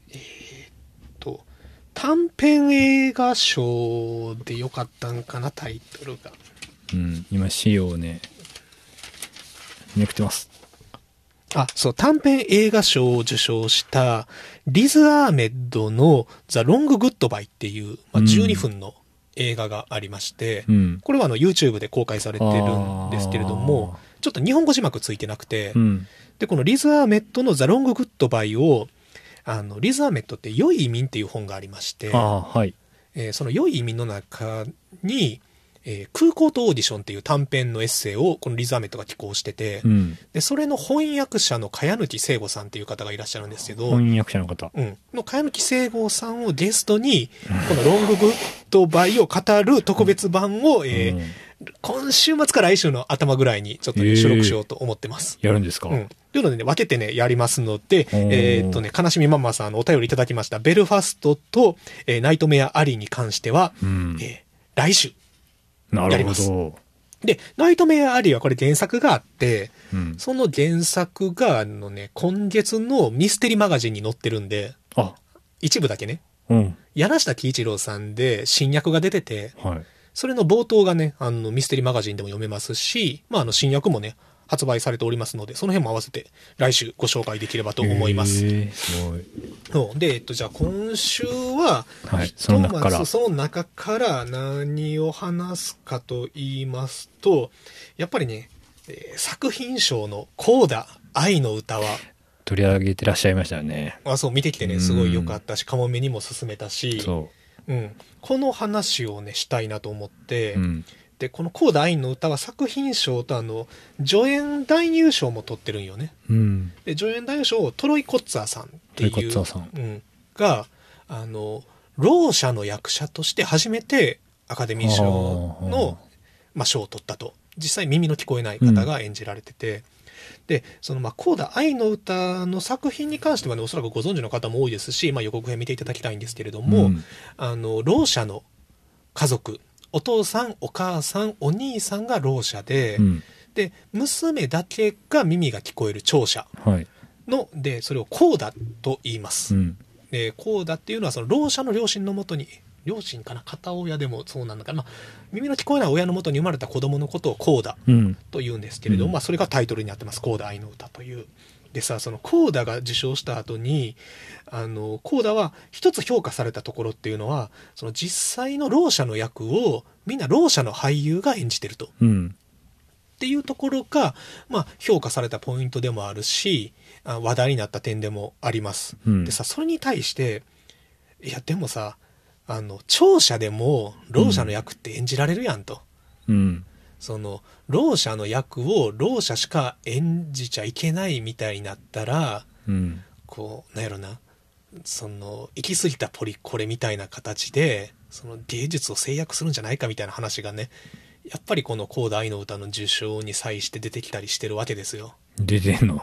短編映画賞でよかったんかな、タイトルが。 今資料をねめくってます。 そう、短編映画賞を受賞したリズ・アーメッドのザ・ロング・グッドバイっていう、12分の映画がありまして、これはYouTube で公開されてるんですけれども、ちょっと日本語字幕ついてなくて、でこのリズ・アーメッドのザ・ロング・グッドバイをリズ・アーメッドって良い移民っていう本がありまして、その良い移民の中に空港とオーディションっていう短編のエッセイをこのリズ・アーメットが寄稿してて、でそれの翻訳者の茅貫聖吾さんっていう方がいらっしゃるんですけど、 翻訳者の方、 の茅貫聖吾さんをゲストにこのロンググッドバイを語る特別版を、今週末から来週の頭ぐらいにちょっと、収録しようと思ってます。 やるんですか？ というのでね、分けてねやりますので、悲しみママさんお便りいただきましたベルファストと、ナイトメアアリーに関しては、来週やります。 なるほど。 で、ナイトメアアリーはこれ原作があって、 うん、 その原作が今月のミステリーマガジンに載ってるんで、一部だけね、柳下喜一郎さんで新訳が出てて、 はい、 それの冒頭がね、ミステリーマガジンでも読めますし、新訳もね、発売されておりますので、その辺も合わせて来週ご紹介できればと思います。 すごい。 で、じゃあ今週は、 はい、その中から何を話すかと言いますと、やっぱりね、作品賞のコーダ愛の歌は、 取り上げてらっしゃいましたよね。 そう、見てきてね、すごい良かったし、カモメにも勧めたし、この話をね、したいなと思って、で、このコーダ愛の歌は作品賞と助演男優賞も取ってるんよね。で、助演男優賞をトロイ・コッツァーさんっていう、が、ろう者の役者として初めてアカデミー賞の、賞を取ったと。実際耳の聞こえない方が演じられてて、で、そのコーダ愛の歌の作品に関してはね、おそらくご存知の方も多いですし、予告編見ていただきたいんですけれども、ろう者の家族、お父さん、お母さん、お兄さんがろう者で、で、娘だけが耳が聞こえる聴者の、で、それをコーダと言います。で、コーダっていうのはそのろう者の両親のもとに、両親かな、片親でもそうなんだから、耳の聞こえない親のもとに生まれた子供のことをコーダと言うんですけれども、それがタイトルになってます。コーダ愛の歌という。でさ、そのコーダが受賞した後に、コーダは一つ評価されたところっていうのは、その実際のろう者の役をみんなろう者の俳優が演じてると。っていうところが、評価されたポイントでもあるし、話題になった点でもあります。でさ、それに対して、いや、でもさ、聴者でもろう者の役って演じられるやんと。その、ろう者の役をろう者しか演じちゃいけないみたいになったら、こう、なんやろな、その、行き過ぎたポリコレみたいな形で、その芸術を制約するんじゃないかみたいな話がね、やっぱりこのコーダ愛の歌の受賞に際して出てきたりしてるわけですよ。 出てんの？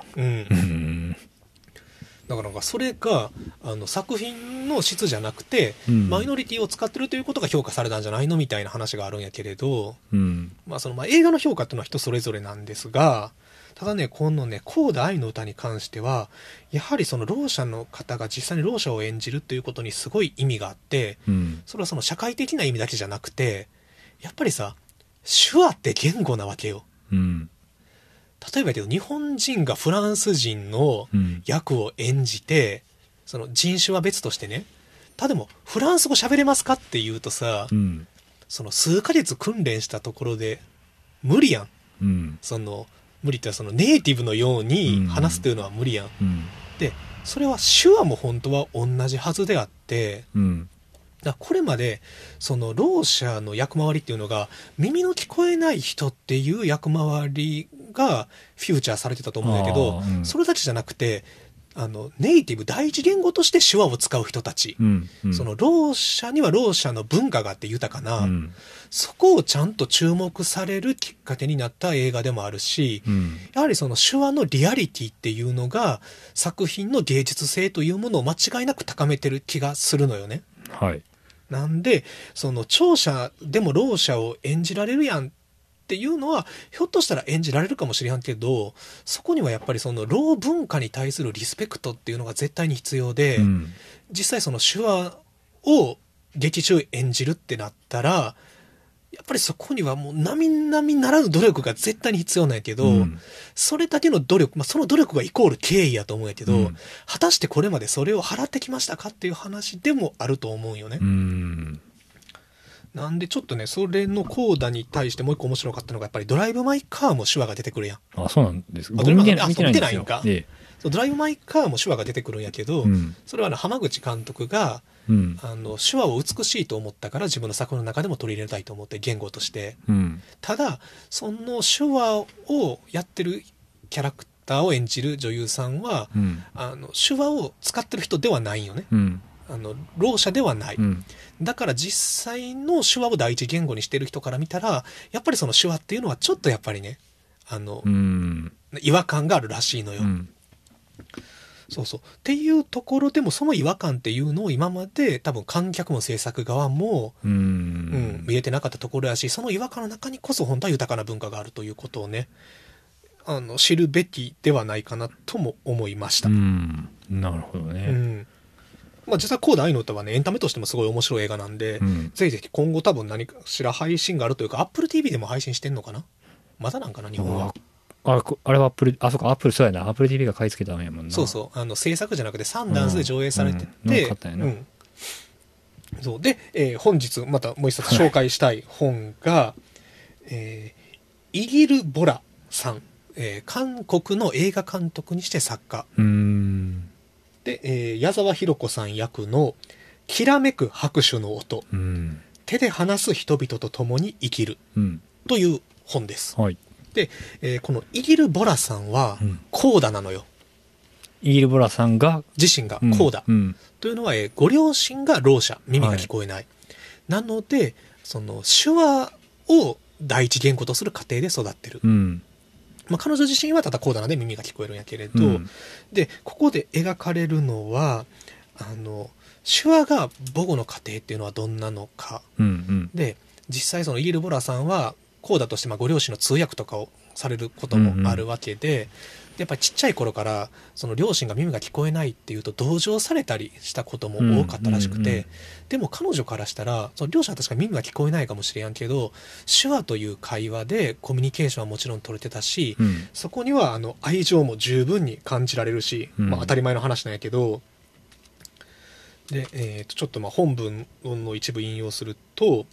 だからそれが作品の質じゃなくて、マイノリティを使ってるということが評価されたんじゃないのみたいな話があるんやけれど、映画の評価っていうのは人それぞれなんですが、ただね、このね、コーダ愛の歌に関しては、やはりそのろう者の方が実際にろう者を演じるということにすごい意味があって、それはその社会的な意味だけじゃなくて、やっぱりさ、手話って言語なわけよ。例えばけど、日本人がフランス人の役を演じて、その人種は別としてね、でもフランス語喋れますかって言うとさ、その数ヶ月訓練したところで無理やん。その無理ってそのネイティブのように話すというのは無理やん。で、それは手話も本当は同じはずであって、これまでそのろう者の役回りっていうのが耳の聞こえない人っていう役回りがフューチャーされてたと思うんだけど、それだけじゃなくてネイティブ第一言語として手話を使う人たち、そのろう者にはろう者の文化があって豊かな、そこをちゃんと注目されるきっかけになった映画でもあるし、やはりその手話のリアリティっていうのが作品の芸術性というものを間違いなく高めてる気がするのよね。なんでその聴者でもろう者を演じられるやんっていうのはひょっとしたら演じられるかもしれんけど、そこにはやっぱりそのろう文化に対するリスペクトっていうのが絶対に必要で、実際その手話を劇中演じるってなったらやっぱりそこにはもう並々ならぬ努力が絶対に必要なんやけど、それだけの努力、その努力がイコール敬意やと思うんやけど、果たしてこれまでそれを払ってきましたかっていう話でもあると思うんよね。なんでちょっとね、それのコーダに対してもう一個面白かったのがやっぱりドライブ・マイ・カーも手話が出てくるやん。 そうなんですか。 見てないんか。ドライブ・マイ・カーも手話が出てくるんやけど、それは浜口監督が手話を美しいと思ったから自分の作品の中でも取り入れたいと思って言語として、ただその手話をやってるキャラクターを演じる女優さんは、手話を使ってる人ではないよね。ろう者ではない、だから実際の手話を第一言語にしてる人から見たらやっぱりその手話っていうのはちょっとやっぱりね違和感があるらしいのよ。 そうそうっていうところでもその違和感っていうのを今まで多分観客も制作側も、見えてなかったところやし、その違和感の中にこそ本当は豊かな文化があるということをね知るべきではないかなとも思いました。 なるほどね。 まあ、実際コーダ愛の歌はねエンタメとしてもすごい面白い映画なんで、ぜひぜひ今後多分何かしら配信があるというか Apple TV でも配信してんのかな、まだなんかな日本は。 あれはアップル、そうか、アップル、そうやな、アップル TV が買い付けたんやもんな。 そうそう、制作じゃなくてサンダンスで上映されてて、そうで、本日またもう一冊紹介したい本が、イギル・ボラさん、韓国の映画監督にして作家で、矢沢弘子さん役のきらめく拍手の音、手で話す人々と共に生きる、という本です。で、このイギル・ボラさんはコーダなのよ。 イギル・ボラさんが自身がコーダ、というのは、ご両親がろう者、耳が聞こえない、なのでその手話を第一言語とする家庭で育ってる、まあ、彼女自身はただコーダなので耳が聞こえるんやけれど、でここで描かれるのは手話が母語の家庭っていうのはどんなのか、で実際そのイギル・ボラさんはコーダとしてご両親の通訳とかをされることもあるわけで、やっぱりちっちゃい頃からその両親が耳が聞こえないっていうと同情されたりしたことも多かったらしくて、でも彼女からしたらその両親は確かに耳が聞こえないかもしれんけど手話という会話でコミュニケーションはもちろん取れてたし、そこには愛情も十分に感じられるし、まあ、当たり前の話なんやけど、で、ちょっと本文の一部引用すると、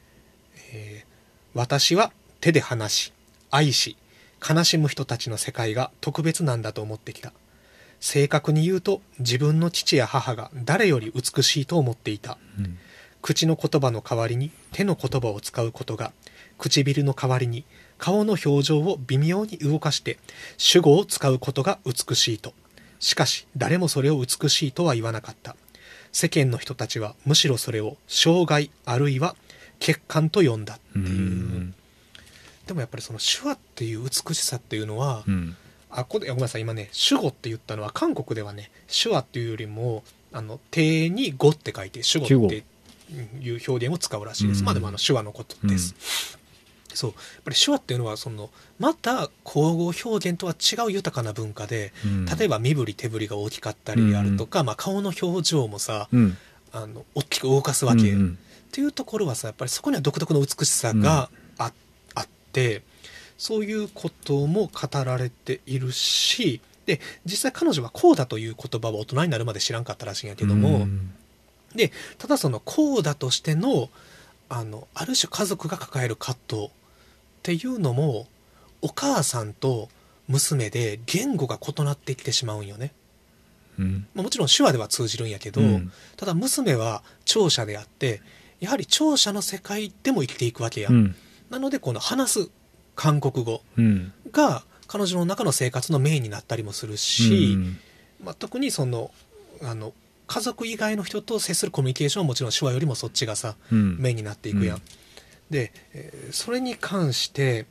私は手で話し愛し悲しむ人たちの世界が特別なんだと思ってきた。正確に言うと自分の父や母が誰より美しいと思っていた、口の言葉の代わりに手の言葉を使うことが、唇の代わりに顔の表情を微妙に動かして主語を使うことが美しいと。しかし誰もそれを美しいとは言わなかった。世間の人たちはむしろそれを障害あるいは欠陥と呼んだっていう、でもやっぱりその手話っていう美しさっていうのは、ごめんなさい今ね主語って言ったのは韓国ではね手話っていうよりも手に語って書いて主語っていう表現を使うらしいです。まあでも手話のことです、そうやっぱり手話っていうのはまた口語表現とは違う豊かな文化で、例えば身振り手振りが大きかったりであるとか、顔の表情もさ、大きく動かすわけ、っていうところはさやっぱりそこには独特の美しさがあって、そういうことも語られているし、で実際彼女はコーダという言葉を大人になるまで知らんかったらしいんやけども、でただそのコーダとしてのある種家族が抱える葛藤っていうのもお母さんと娘で言語が異なってきてしまうんよね、もちろん手話では通じるんやけど、ただ娘は聴者であってやはり聴者の世界でも生きていくわけや、なのでこの話す韓国語が彼女の中の生活のメインになったりもするし、特にその家族以外の人と接するコミュニケーションはもちろん手話よりもそっちがさ、メインになっていくやん、で、それに関して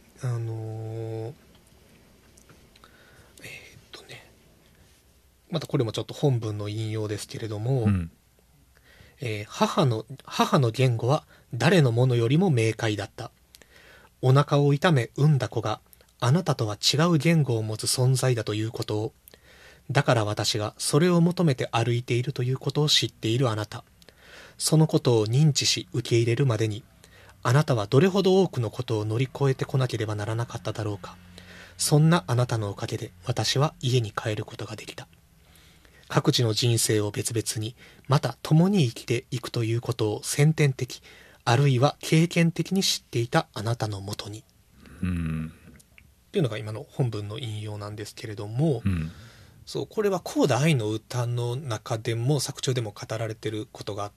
またこれもちょっと本文の引用ですけれども、母の言語は誰のものよりも明快だった。お腹を痛め産んだ子があなたとは違う言語を持つ存在だということを、だから私がそれを求めて歩いているということを知っているあなた、そのことを認知し受け入れるまでにあなたはどれほど多くのことを乗り越えてこなければならなかっただろうか。そんなあなたのおかげで私は家に帰ることができた。各自の人生を別々にまた共に生きていくということを先天的あるいは経験的に知っていたあなたのもとに、っていうのが今の本文の引用なんですけれども、そうこれはコーダ愛の歌の中でも作中でも語られてることがあって、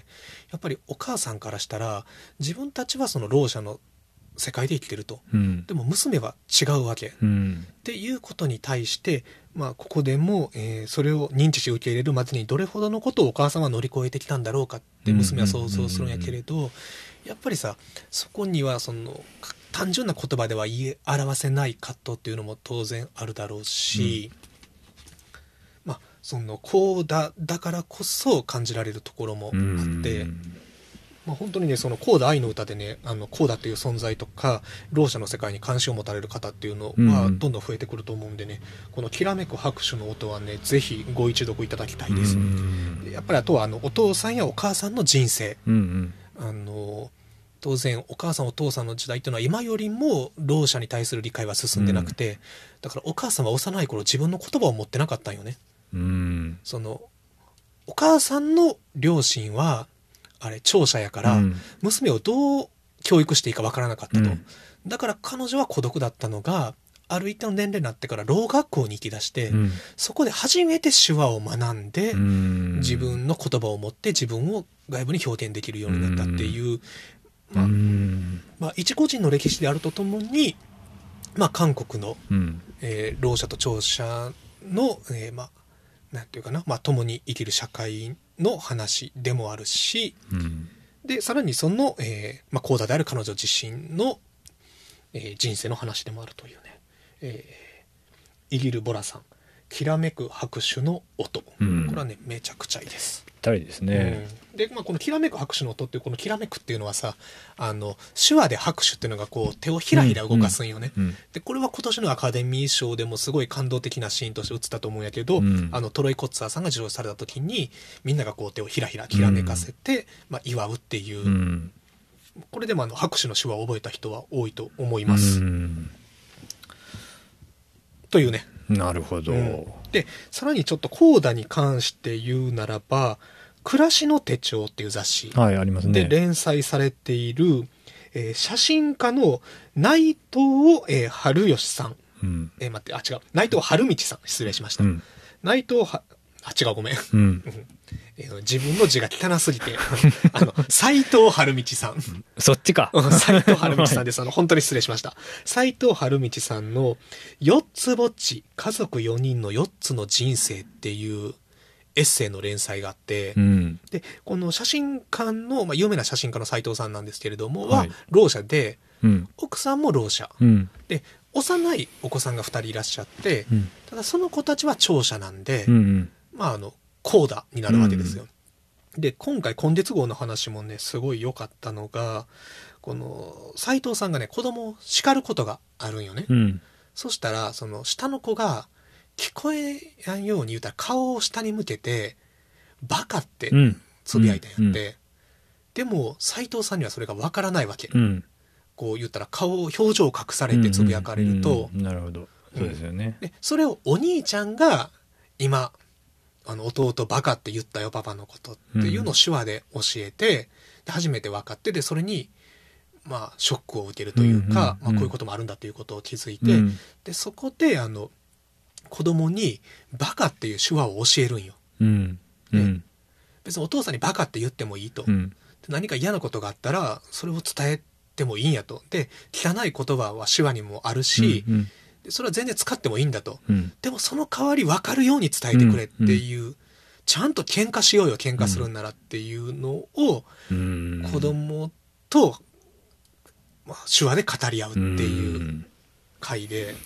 やっぱりお母さんからしたら自分たちはそのろう者の世界で生きてると、でも娘は違うわけ、っていうことに対して、ここでも、それを認知し受け入れるまでにどれほどのことをお母さんは乗り越えてきたんだろうかって娘は想像するんやけれど、やっぱりさそこにはその単純な言葉では言い表せない葛藤っていうのも当然あるだろうし、 そのコーダだからこそ感じられるところもあって、まあ、本当にねそのコーダ愛の歌でねコーダっていう存在とかろう者の世界に関心を持たれる方っていうのはどんどん増えてくると思うんでね、このきらめく拍手の音はねぜひご一読いただきたいです。やっぱりあとはお父さんやお母さんの人生、当然お母さんお父さんの時代っていうのは今よりもろう者に対する理解は進んでなくて、だからお母さんは幼い頃自分の言葉を持ってなかったんよね。そのお母さんの両親はあれ聴者やから、娘をどう教育していいかわからなかったと、だから彼女は孤独だったのがある一定の年齢になってからろう学校に行き出して、そこで初めて手話を学んで、自分の言葉を持って自分を外部に表現できるようになったっていう、まあ、一個人の歴史であるとともに、まあ、韓国の、ろう者と聴者の、まあなんていうかな、まあ、共に生きる社会の話でもあるし、でさらにその、まあ、コーダである彼女自身の、人生の話でもあるというね、イギル・ボラさんきらめく拍手の音、これはねめちゃくちゃいいです。 ぴったりですね。 で、まあ、このきらめく拍手の音っていうこのきらめくっていうのはさ手話で拍手っていうのがこう手をひらひら動かすんよね、でこれは今年のアカデミー賞でもすごい感動的なシーンとして映ったと思うんやけど、トロイ・コッツァーさんが受賞された時にみんながこう手をひらひらきらめかせて、まあ、祝うっていう、これでも拍手の手話を覚えた人は多いと思います、というね。 なるほど、 でさらにちょっとコーダに関して言うならば暮らしの手帳っていう雑誌ありますね。 で連載されている、写真家の内藤、春義さん、待って違う内藤春道さん失礼しました、内藤違うごめん、自分の字が汚すぎて斉藤春道さんそっちか斉藤春道さんです本当に失礼しました。斉藤春道さんの4つぼっち家族4人の4つの人生っていうエッセイの連載があって、でこの写真家の、まあ、有名な写真家の斉藤さんなんですけれども、はろう者で、奥さんもろう者、で幼いお子さんが2人いらっしゃって、ただその子たちは聴者なんで、まあコーダになるわけですよ、で今回今月号の話もねすごい良かったのがこの斉藤さんがね子供を叱ることがあるんよね、そしたらその下の子が聞こえやんように言うたら顔を下に向けてバカってつぶやいたんやって、でも斉藤さんにはそれがわからないわけ、こう言ったら表情を隠されてつぶやかれると、 なるほどそうですよね、 でそれをお兄ちゃんが今弟バカって言ったよパパのことっていうのを手話で教えて、で初めて分かってでそれにまあショックを受けるというか、まあ、こういうこともあるんだということを気づいて、でそこで子供にバカっていう手話を教えるんよ、別にお父さんにバカって言ってもいいと、で何か嫌なことがあったらそれを伝えてもいいんやと、で汚い言葉は手話にもあるし、それは全然使ってもいいんだと、でもその代わり分かるように伝えてくれっていう、ちゃんと喧嘩しようよ喧嘩するんならっていうのを子供と、まあ、手話で語り合うっていう回で、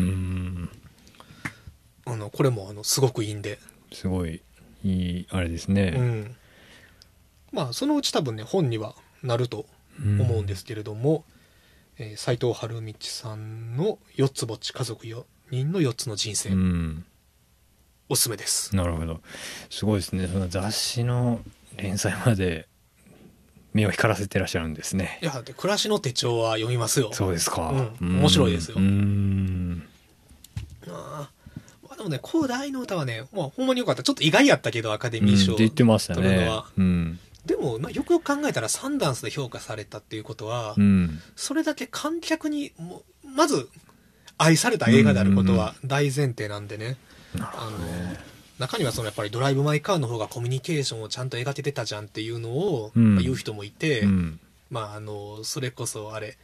これもすごくいいんですごいいいあれですね、 まあそのうち多分ね本にはなると思うんですけれども、斉藤春道さんの4つぼっち家族4人の4つの人生、おすすめです。 なるほどすごいですね。その雑誌の連載まで目を光らせてらっしゃるんですね。 いや暮らしの手帳は読みますよ。 そうですか、 面白いですよ。でもねコーダ愛の歌はね、まあ、ほんまによかった。ちょっと意外やったけどアカデミー賞って言ってましたね、 取るのは、でも、まあ、よくよく考えたらサンダンスで評価されたっていうことは、それだけ観客にまず愛された映画であることは大前提なんでね、中にはやっぱりドライブ・マイ・カーの方がコミュニケーションをちゃんと描けてたじゃんっていうのを、まあ、言う人もいて、まあそれこそあれ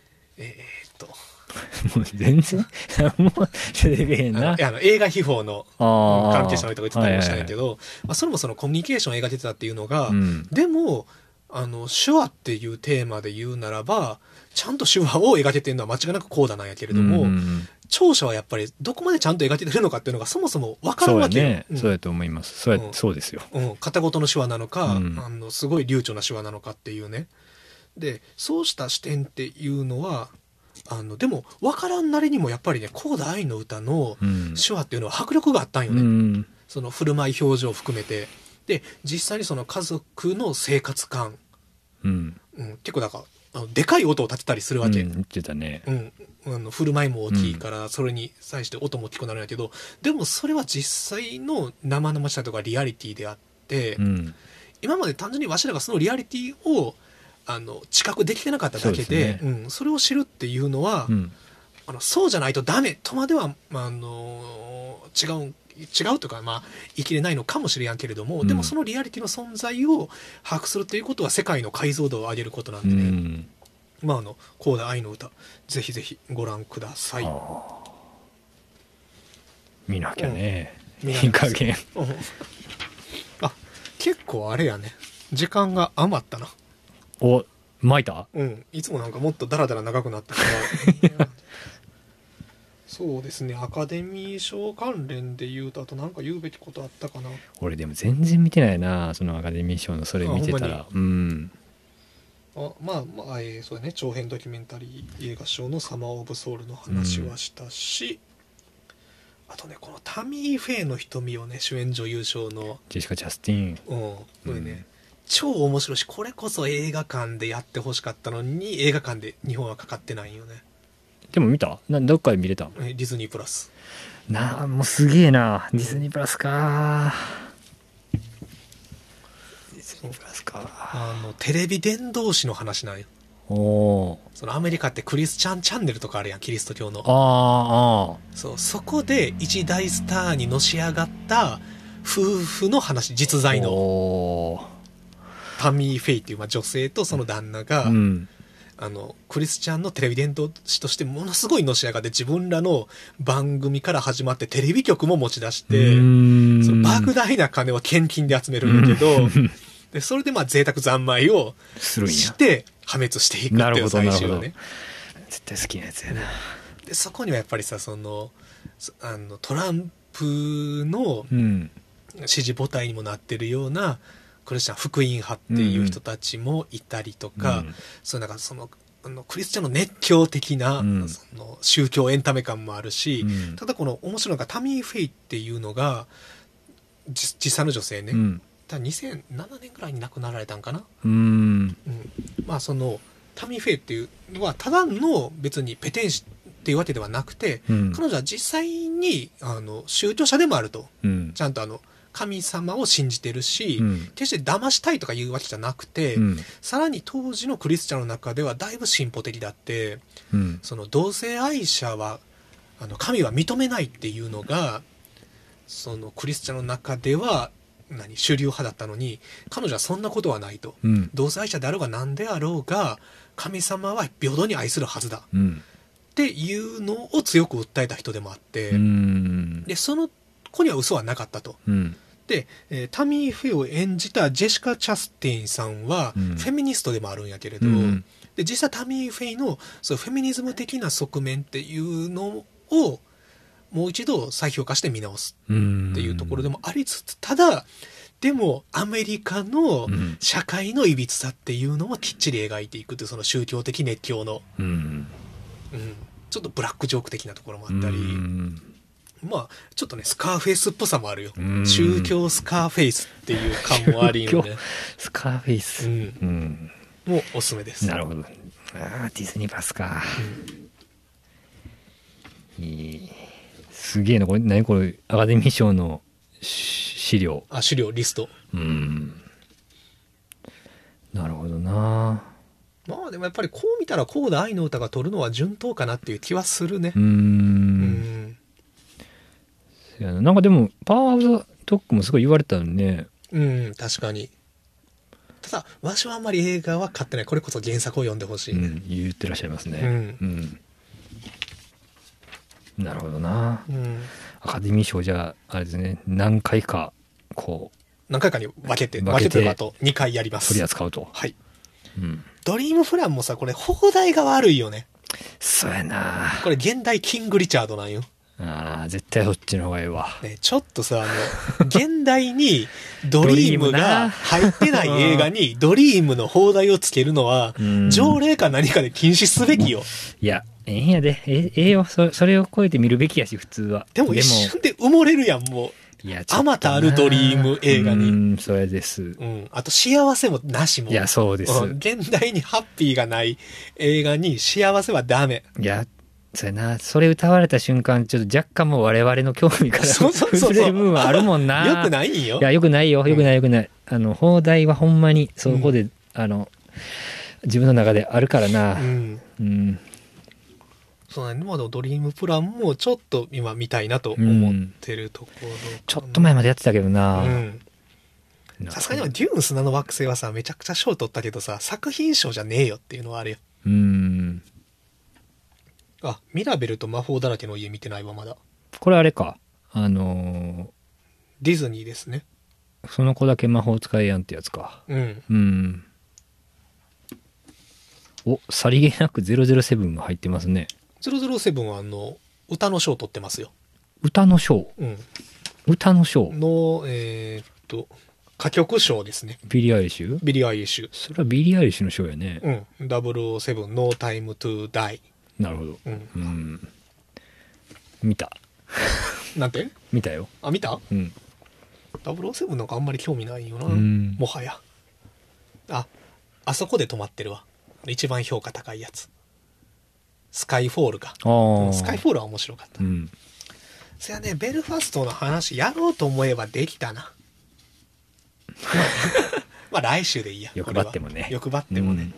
もう全然もう出てけへんな。 映画秘宝の関係者の人が言ってたりもしたんやけど、まあ、それもそのコミュニケーションを描けてたっていうのが、でも手話っていうテーマで言うならば、ちゃんと手話を描けてるのは間違いなくコーダなんやけれども、聴者はやっぱりどこまでちゃんと描けてるのかっていうのがそもそも分からんわけよ。 そうやね、そうやと思います。そうですよ。 片言の手話なのか、すごい流暢な手話なのかっていうね。で、そうした視点っていうのは、でも分からんなりにもやっぱりね、コーダ愛の歌の手話っていうのは迫力があったんよね。その振る舞い表情を含めて。で、実際にその家族の生活感、結構だからでかい音を立てたりするわけ。 言ってたね。 振る舞いも大きいから、それに際して音も大きくなるんやけど、でもそれは実際の生々しさとかリアリティであって、今まで単純にわしらがそのリアリティを知覚できてなかっただけで、それを知るっていうのは、そうじゃないとダメとまでは、違うというか、言い切れないのかもしれんけれども、でもそのリアリティの存在を把握するということは世界の解像度を上げることなんでね、コーダ愛の歌、ぜひぜひご覧ください。 見なきゃね、いい加減。 結構あれやね、時間が余ったな。 巻いた？ いつもなんかもっとダラダラ長くなったからそうですね、アカデミー賞関連で言うと、あとなんか言うべきことあったかな。 俺でも全然見てないな、そのアカデミー賞のそれ見てたら。 そうだね、長編ドキュメンタリー映画賞のサマー・オブ・ソウルの話はしたし、あとね、このタミー・フェイの瞳をね、主演女優賞のジェシカ・ジャスティン、 これね、超面白いし、これこそ映画館でやってほしかったのに映画館で日本はかかってないよね。 でも見た？どっかで見れた？ ディズニープラス。 もうすげえな、ディズニープラスか。ディズニープラスか。 テレビ伝道師の話なんよ。そのアメリカってクリスチャンチャンネルとかあるやん、キリスト教の。そこで一大スターにのし上がった夫婦の話、実在のタミー・フェイっていう女性とその旦那が、クリスチャンのテレビ伝道師としてものすごいのし上がって、自分らの番組から始まってテレビ局も持ち出して、その莫大な金を献金で集めるんだけどでそれで贅沢三昧をして破滅していくっていう最終はね。 絶対好きなやつやな。 でそこにはやっぱりさ、そのトランプの支持母体にもなってるようなクリスチャン福音派っていう人たちもいたりとか、そうなんかそのクリスチャンの熱狂的な、その宗教エンタメ感もあるし、ただこの面白いのがタミー・フェイっていうのが実際の女性ね、2007年ぐらいに亡くなられたんかな。そのタミー・フェイっていうのはただの別にペテン師っていうわけではなくて、彼女は実際に宗教者でもあると、ちゃんと神様を信じてるし、決して騙したいとかいうわけじゃなくて、さらに当時のクリスチャンの中ではだいぶ進歩的だって、その同性愛者は神は認めないっていうのがそのクリスチャンの中では主流派だったのに、彼女はそんなことはないと、同性愛者であろうが何であろうが神様は平等に愛するはずだ、っていうのを強く訴えた人でもあって、でその子には嘘はなかったと。で、タミー・フェイを演じたジェシカ・チャスティンさんはフェミニストでもあるんやけれど、で実際タミー・フェイのそうフェミニズム的な側面っていうのをもう一度再評価して見直すっていうところでもありつつ、ただでもアメリカの社会のいびつさっていうのもきっちり描いていくという、その宗教的熱狂の、ちょっとブラックジョーク的なところもあったり、ちょっとねスカーフェイスっぽさもあるよ。宗教スカーフェイスっていう感もありので、 スカーフェイス、 もうおすすめです。 なるほど。ディズニーパスか、すげえな。これ何これ、アカデミー賞の資料。 資料リスト。 なるほどな。 でもやっぱりこう見たらコーダ愛の歌が取るのは順当かなっていう気はするね。 なんかでもパワーオブザドッグもすごい言われたのね。 確かに。ただわしはあんまり映画は買ってない。これこそ原作を読んでほしい、 言ってらっしゃいますね。なるほどな。アカデミー賞じゃあれですね、何回かこ何回かに分けてとかと2回やります。 取り扱うと。 はい。 うん。 ドリームプランもさ、これ放題が悪いよね。 そうやな。 これ現代キングリチャードなんよ。 ああ、絶対そっちの方がいいわ。 ね、ちょっとさ、現代にドリームが入ってない映画にドリームの放題をつけるのは、条例か何かで禁止すべきよ。 いや、ええんやで。ええよ。それを超えて見るべきやし、普通は。 でも一瞬で埋もれるやん、もう。いや、あまたあるドリーム映画に。 それです。 うん。あと幸せもなしも。 いや、そうです。 現代にハッピーがない映画に幸せはダメ。 いや、そうやな。それ歌われた瞬間、ちょっと若干もう我々の興味から崩れる部分はあるもんな。 よくないんよ。 いや、よくないよ。よくないよくない。放題はほんまに、そこで、自分の中であるからな。うん。 そうだね。まだドリームプランもちょっと今見たいなと思ってるところ、 ちょっと前までやってたけどな。 さすがにデューン砂の惑星はさ、めちゃくちゃ賞取ったけどさ、作品賞じゃねえよっていうのはあるよ。あ、ミラベルと魔法だらけの家見てないわ、まだ。 これあれか。ディズニーですね。 その子だけ魔法使いやんってやつか。お、さりげなく007が入ってますね。 007は歌の賞取ってますよ。 歌の賞？歌の賞の、歌曲賞ですね。 ビリー・アイリッシュ？ ビリー・アイリッシュ。 それはビリー・アイリッシュの賞やね。 007 No Time to Die。 なるほど。見た。 なんて？ 見たよ。 あ、見た？007なんかあんまり興味ないよな。もはや。あそこで止まってるわ。一番評価高いやつ。スカイフォールか。スカイフォールは面白かった。そやね、ベルファストの話やろうと思えばできたな。まあ来週でいいや。 欲張ってもね。 欲張ってもね。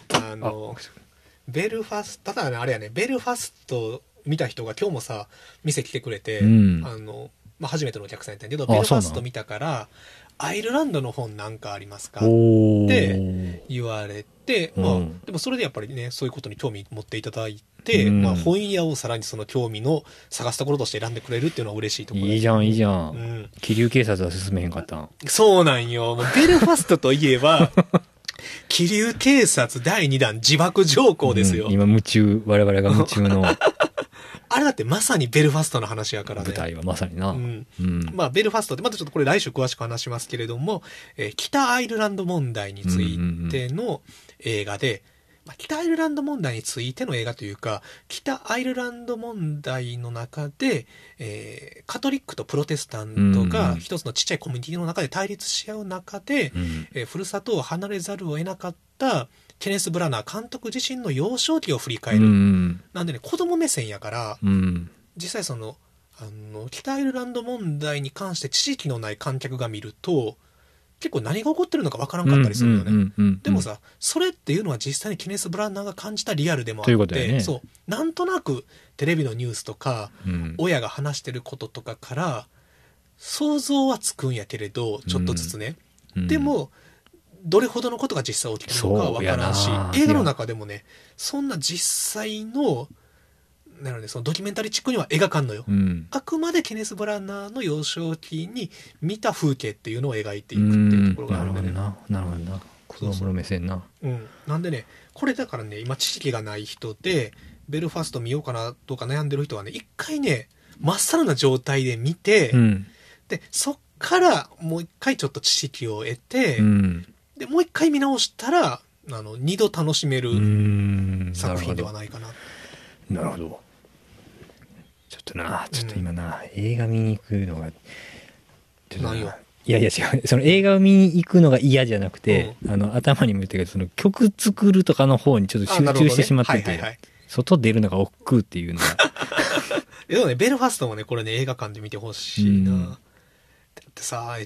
ベルファスト、ただね、あれやね、ベルファスト見た人が今日もさ、店来てくれて、初めてのお客さんやったんやけど、ベルファスト見たから、アイルランドの本なんかありますかって言われて、でもそれでやっぱりね、そういうことに興味持っていただいて、本屋をさらにその興味の探すところとして選んでくれるっていうのは嬉しいところ。 いいじゃん、いいじゃん。気流警察は進めへんかったん。 そうなんよ。ベルファストといえば、気流警察第2弾自爆条項ですよ。 今我々が夢中の。 あれだってまさにベルファストの話やからね。 舞台はまさにな。 まあベルファストってまたちょっとこれ来週詳しく話しますけれども、北アイルランド問題についての映画で、北アイルランド問題についての映画というか、北アイルランド問題の中で、カトリックとプロテスタントが一つのちっちゃいコミュニティの中で対立し合う中で、ふるさとを離れざるを得なかったケネス・ブラナー監督自身の幼少期を振り返る。なんでね、子供目線やから、実際その、北アイルランド問題に関して知識のない観客が見ると、結構何が起こってるのかわからんかったりするよね。でもさ、それっていうのは実際にケネス・ブラナーが感じたリアルでもあって、そう、なんとなくテレビのニュースとか、親が話してることとかから、想像はつくんやけれど、ちょっとずつね。でも、どれほどのことが実際起きてるのかわからんし、映画の中でもね、そんな実際の、なのでそのドキュメンタリーチックには描かんのよ、あくまでケネス・ブラナーの幼少期に見た風景っていうのを描いていくっていうところがあるんでね。 なるほどな。子供の目線な。 なんでね、これだからね、今知識がない人でベルファスト見ようかなどうか悩んでる人はね、一回ね、まっさらな状態で見て、でそっからもう一回ちょっと知識を得て、でもう一回見直したら二度楽しめる作品ではないかな。 なるほど。ちょっと今な、映画見に行くのが何よ。 いや違う、その映画を見に行くのが嫌じゃなくて、頭にも言ったけど、その曲作るとかの方にちょっと集中してしまってて、外出るのが億劫っていうのがでもね、ベルファストもね、これね、映画館で見てほしいな。だってさ、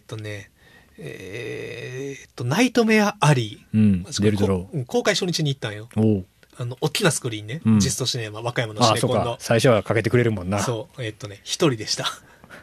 ナイトメアアリー、 デルドロー公開初日に行ったんよ。大きなスクリーンね、ジストシネマ、和歌山のシネコンの。 最初はかけてくれるもんな。 そう、一人でした。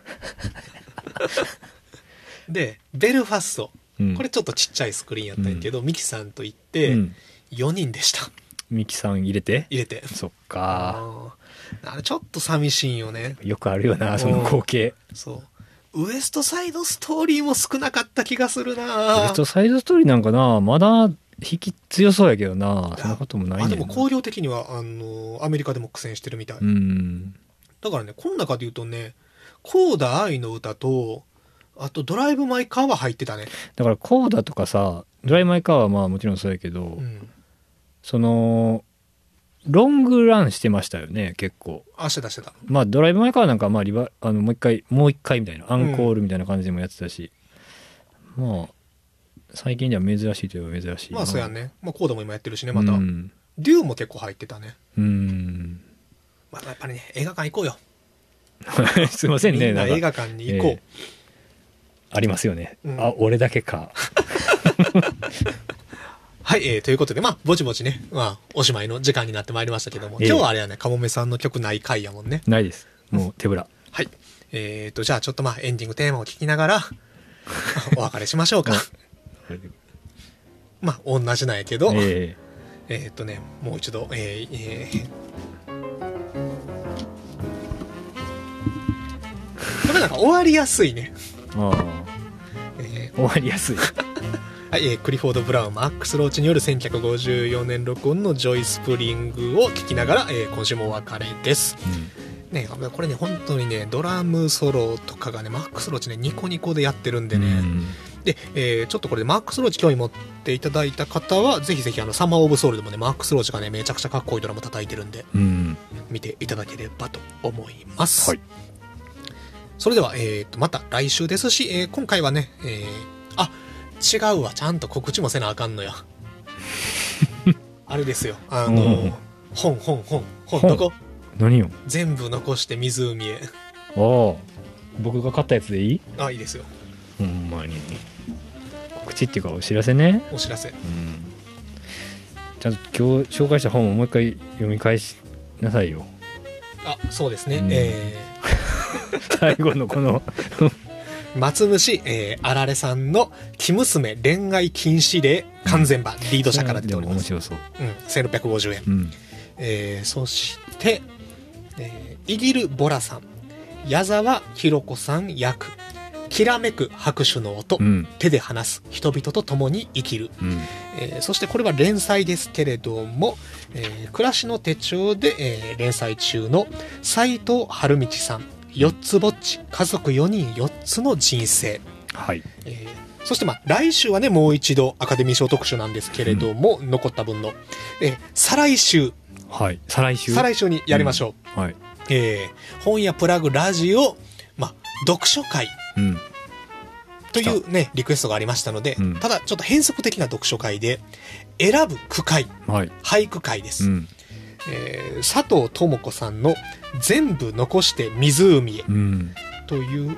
で、ベルファスト、これちょっとちっちゃいスクリーンやったんやけど、ミキさんと行って、4人でした。 ミキさん入れて。 そっか。 あれちょっと寂しいよね。 よくあるよな、その光景。 そう。 ウエストサイドストーリーも少なかった気がするな。 ウエストサイドストーリーなんかな、まだ引き強そうやけどな。そんなこともないねんな。 でも興行的にはアメリカでも苦戦してるみたい。だからね、この中で言うとね、コーダ愛の歌と、あとドライブ・マイ・カーは入ってたね。 だからコーダとかさ、ドライブ・マイ・カーはまあもちろんそうやけど、そのロングランしてましたよね、結構。 してた。 まあドライブ・マイ・カーなんかまあもう一回みたいな、アンコールみたいな感じでもやってたし、まあ最近では珍しいといえば珍しい。 まあそうやね。まあコーダも今やってるしね、また。デューも結構入ってたね。まあやっぱりね、映画館行こうよ。 すいませんね。 みんな映画館に行こう。 ありますよね。俺だけか。 はい、ということで、まあ、ぼちぼちね、まあ、おしまいの時間になってまいりましたけども、今日はあれやね、かもめさんの曲ない回やもんね。 ないです。もう手ぶら。 はい。じゃあちょっとまあ、エンディングテーマを聞きながら、お別れしましょうか。まあ、同じなんやけど、もう一度、これなんか終わりやすいね。 終わりやすい。 はい、クリフォード・ブラウン、マックス・ローチによる1954年録音のジョイ・スプリングを聴きながら、今週もお別れです。ね、これね、本当にね、ドラムソロとかがね、マックス・ローチね、ニコニコでやってるんでね。で、ちょっとこれでマックス・ローチ興味持っていただいた方は、ぜひぜひサマー・オブ・ソウルでもね、マックス・ローチがね、めちゃくちゃかっこいいドラム叩いてるんで、見ていただければと思います。はい。それでは、また来週ですし、今回はね、違うわ、ちゃんと告知もせなあかんのよ。あれですよ、本どこ？ 何よ？ 全部残して湖へ。 僕が買ったやつでいい？ いいですよ。 ほんまに。告知っていうかお知らせね。 お知らせ。 ちゃんと今日紹介した本をもう一回読み返しなさいよ。 そうですね。 最後のこの松虫、あられさんの生娘恋愛禁止令完全版、リード社から出ております。 面白そう。 1650円。そして、イギル・ボラさん、矢沢ひ子さん役、きらめく拍手の音、手で話す人々と共に生きる。そしてこれは連載ですけれども、暮らしの手帳で、連載中の斉藤春道さん、4つぼっち家族4人4つの人生。はい。そして来週はね、もう一度アカデミー賞特集なんですけれども、残った分の、再来週、 はい、再来週にやりましょう。はい。本屋プラグラジオ、読書会、というね、リクエストがありましたので、ただちょっと変則的な読書会で、選ぶ句会、俳句会です。佐藤智子さんの全部残して湖へという、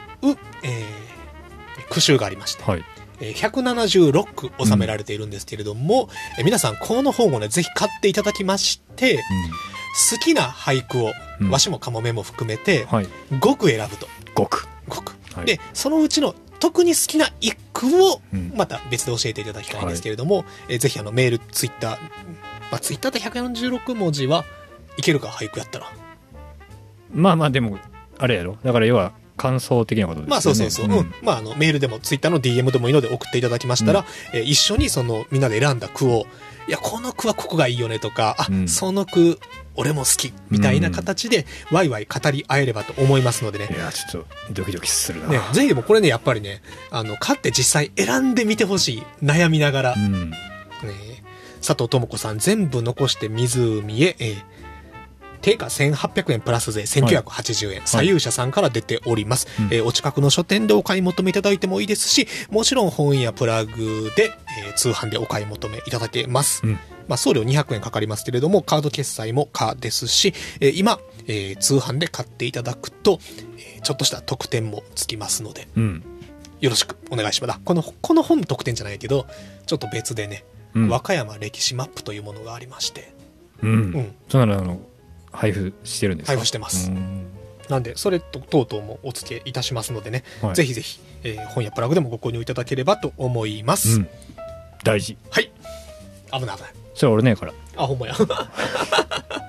句集がありまして、176句収められているんですけれども、皆さんこの本をね、ぜひ買っていただきまして、好きな俳句を、わしもかもめも含めて、5句選ぶと。5句。で、そのうちの特に好きな1句をまた別で教えていただきたいんですけれども、ぜひメール、ツイッター、ツイッターで146文字はいけるか、俳句やったら。 でもあれやろ、だから要は感想的なことですよね。 そう、メールでもツイッターの DM でもいいので送っていただきましたら、一緒にみんなで選んだ句を、いやこの句はここがいいよねとか、その句俺も好きみたいな形でワイワイ語り合えればと思いますのでね。 いやちょっとドキドキするな、 ね、ぜひでもこれね、やっぱりね、買って実際選んでみてほしい。悩みながら、佐藤智子さん、全部残して湖へ、定価1800円プラス税1980円、左右者さんから出ております。お近くの書店でお買い求めいただいてもいいですし、もちろん本やプラグで、通販でお買い求めいただけます。送料200円かかりますけれども、カード決済も可ですし、今、通販で買っていただくと、ちょっとした特典もつきますので、よろしくお願いします。この本の特典じゃないけど、ちょっと別でね、和歌山歴史マップというものがありまして、 そうなら配布してるんですか？ 配布してます。なんでそれと等々もお付けいたしますのでね、ぜひぜひ、本やプラグでもご購入いただければと思います。 大事。 はい。危ない。 それ俺ねえから。 ほんまや。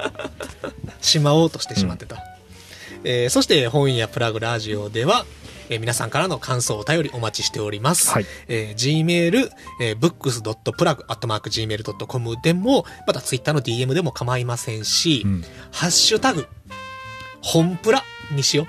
しまおうとしてしまってた。そして本やプラグラジオでは、 皆さんからの感想お便りお待ちしております。 はい。 Gmail、books.plug@gmail.com でも、また Twitter の DM でも構いませんし、ハッシュタグ、本プラにしよう。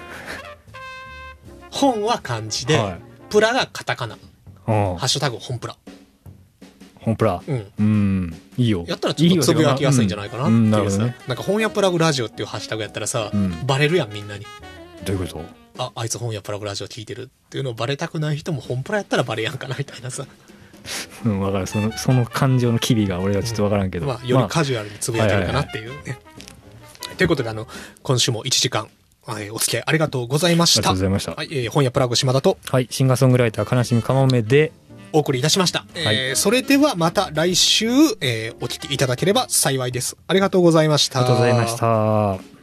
本は漢字で、プラがカタカナ。ハッシュタグ、本プラ。 本プラ。いいよ。 やったらちょっとつぶやきやすいんじゃないかなっていうさ。なんか本屋プラグラジオっていうハッシュタグやったらさ、バレるやんみんなに。 どういうこと？ あいつ本屋プラグラジオ聞いてるっていうのをバレたくない人も本プラやったらバレやんかなみたいなさ。 わかる。その感情の機微が俺はちょっとわからんけど。 よりカジュアルにつぶやけるかなっていうね。ということで今週も1時間、お付き合いありがとうございました。 ありがとうございました。 はい、本屋プラグ島田と、 はい、シンガーソングライター悲しみかもめでお送りいたしました。それではまた来週、お聞きいただければ幸いです。ありがとうございました。 ありがとうございました。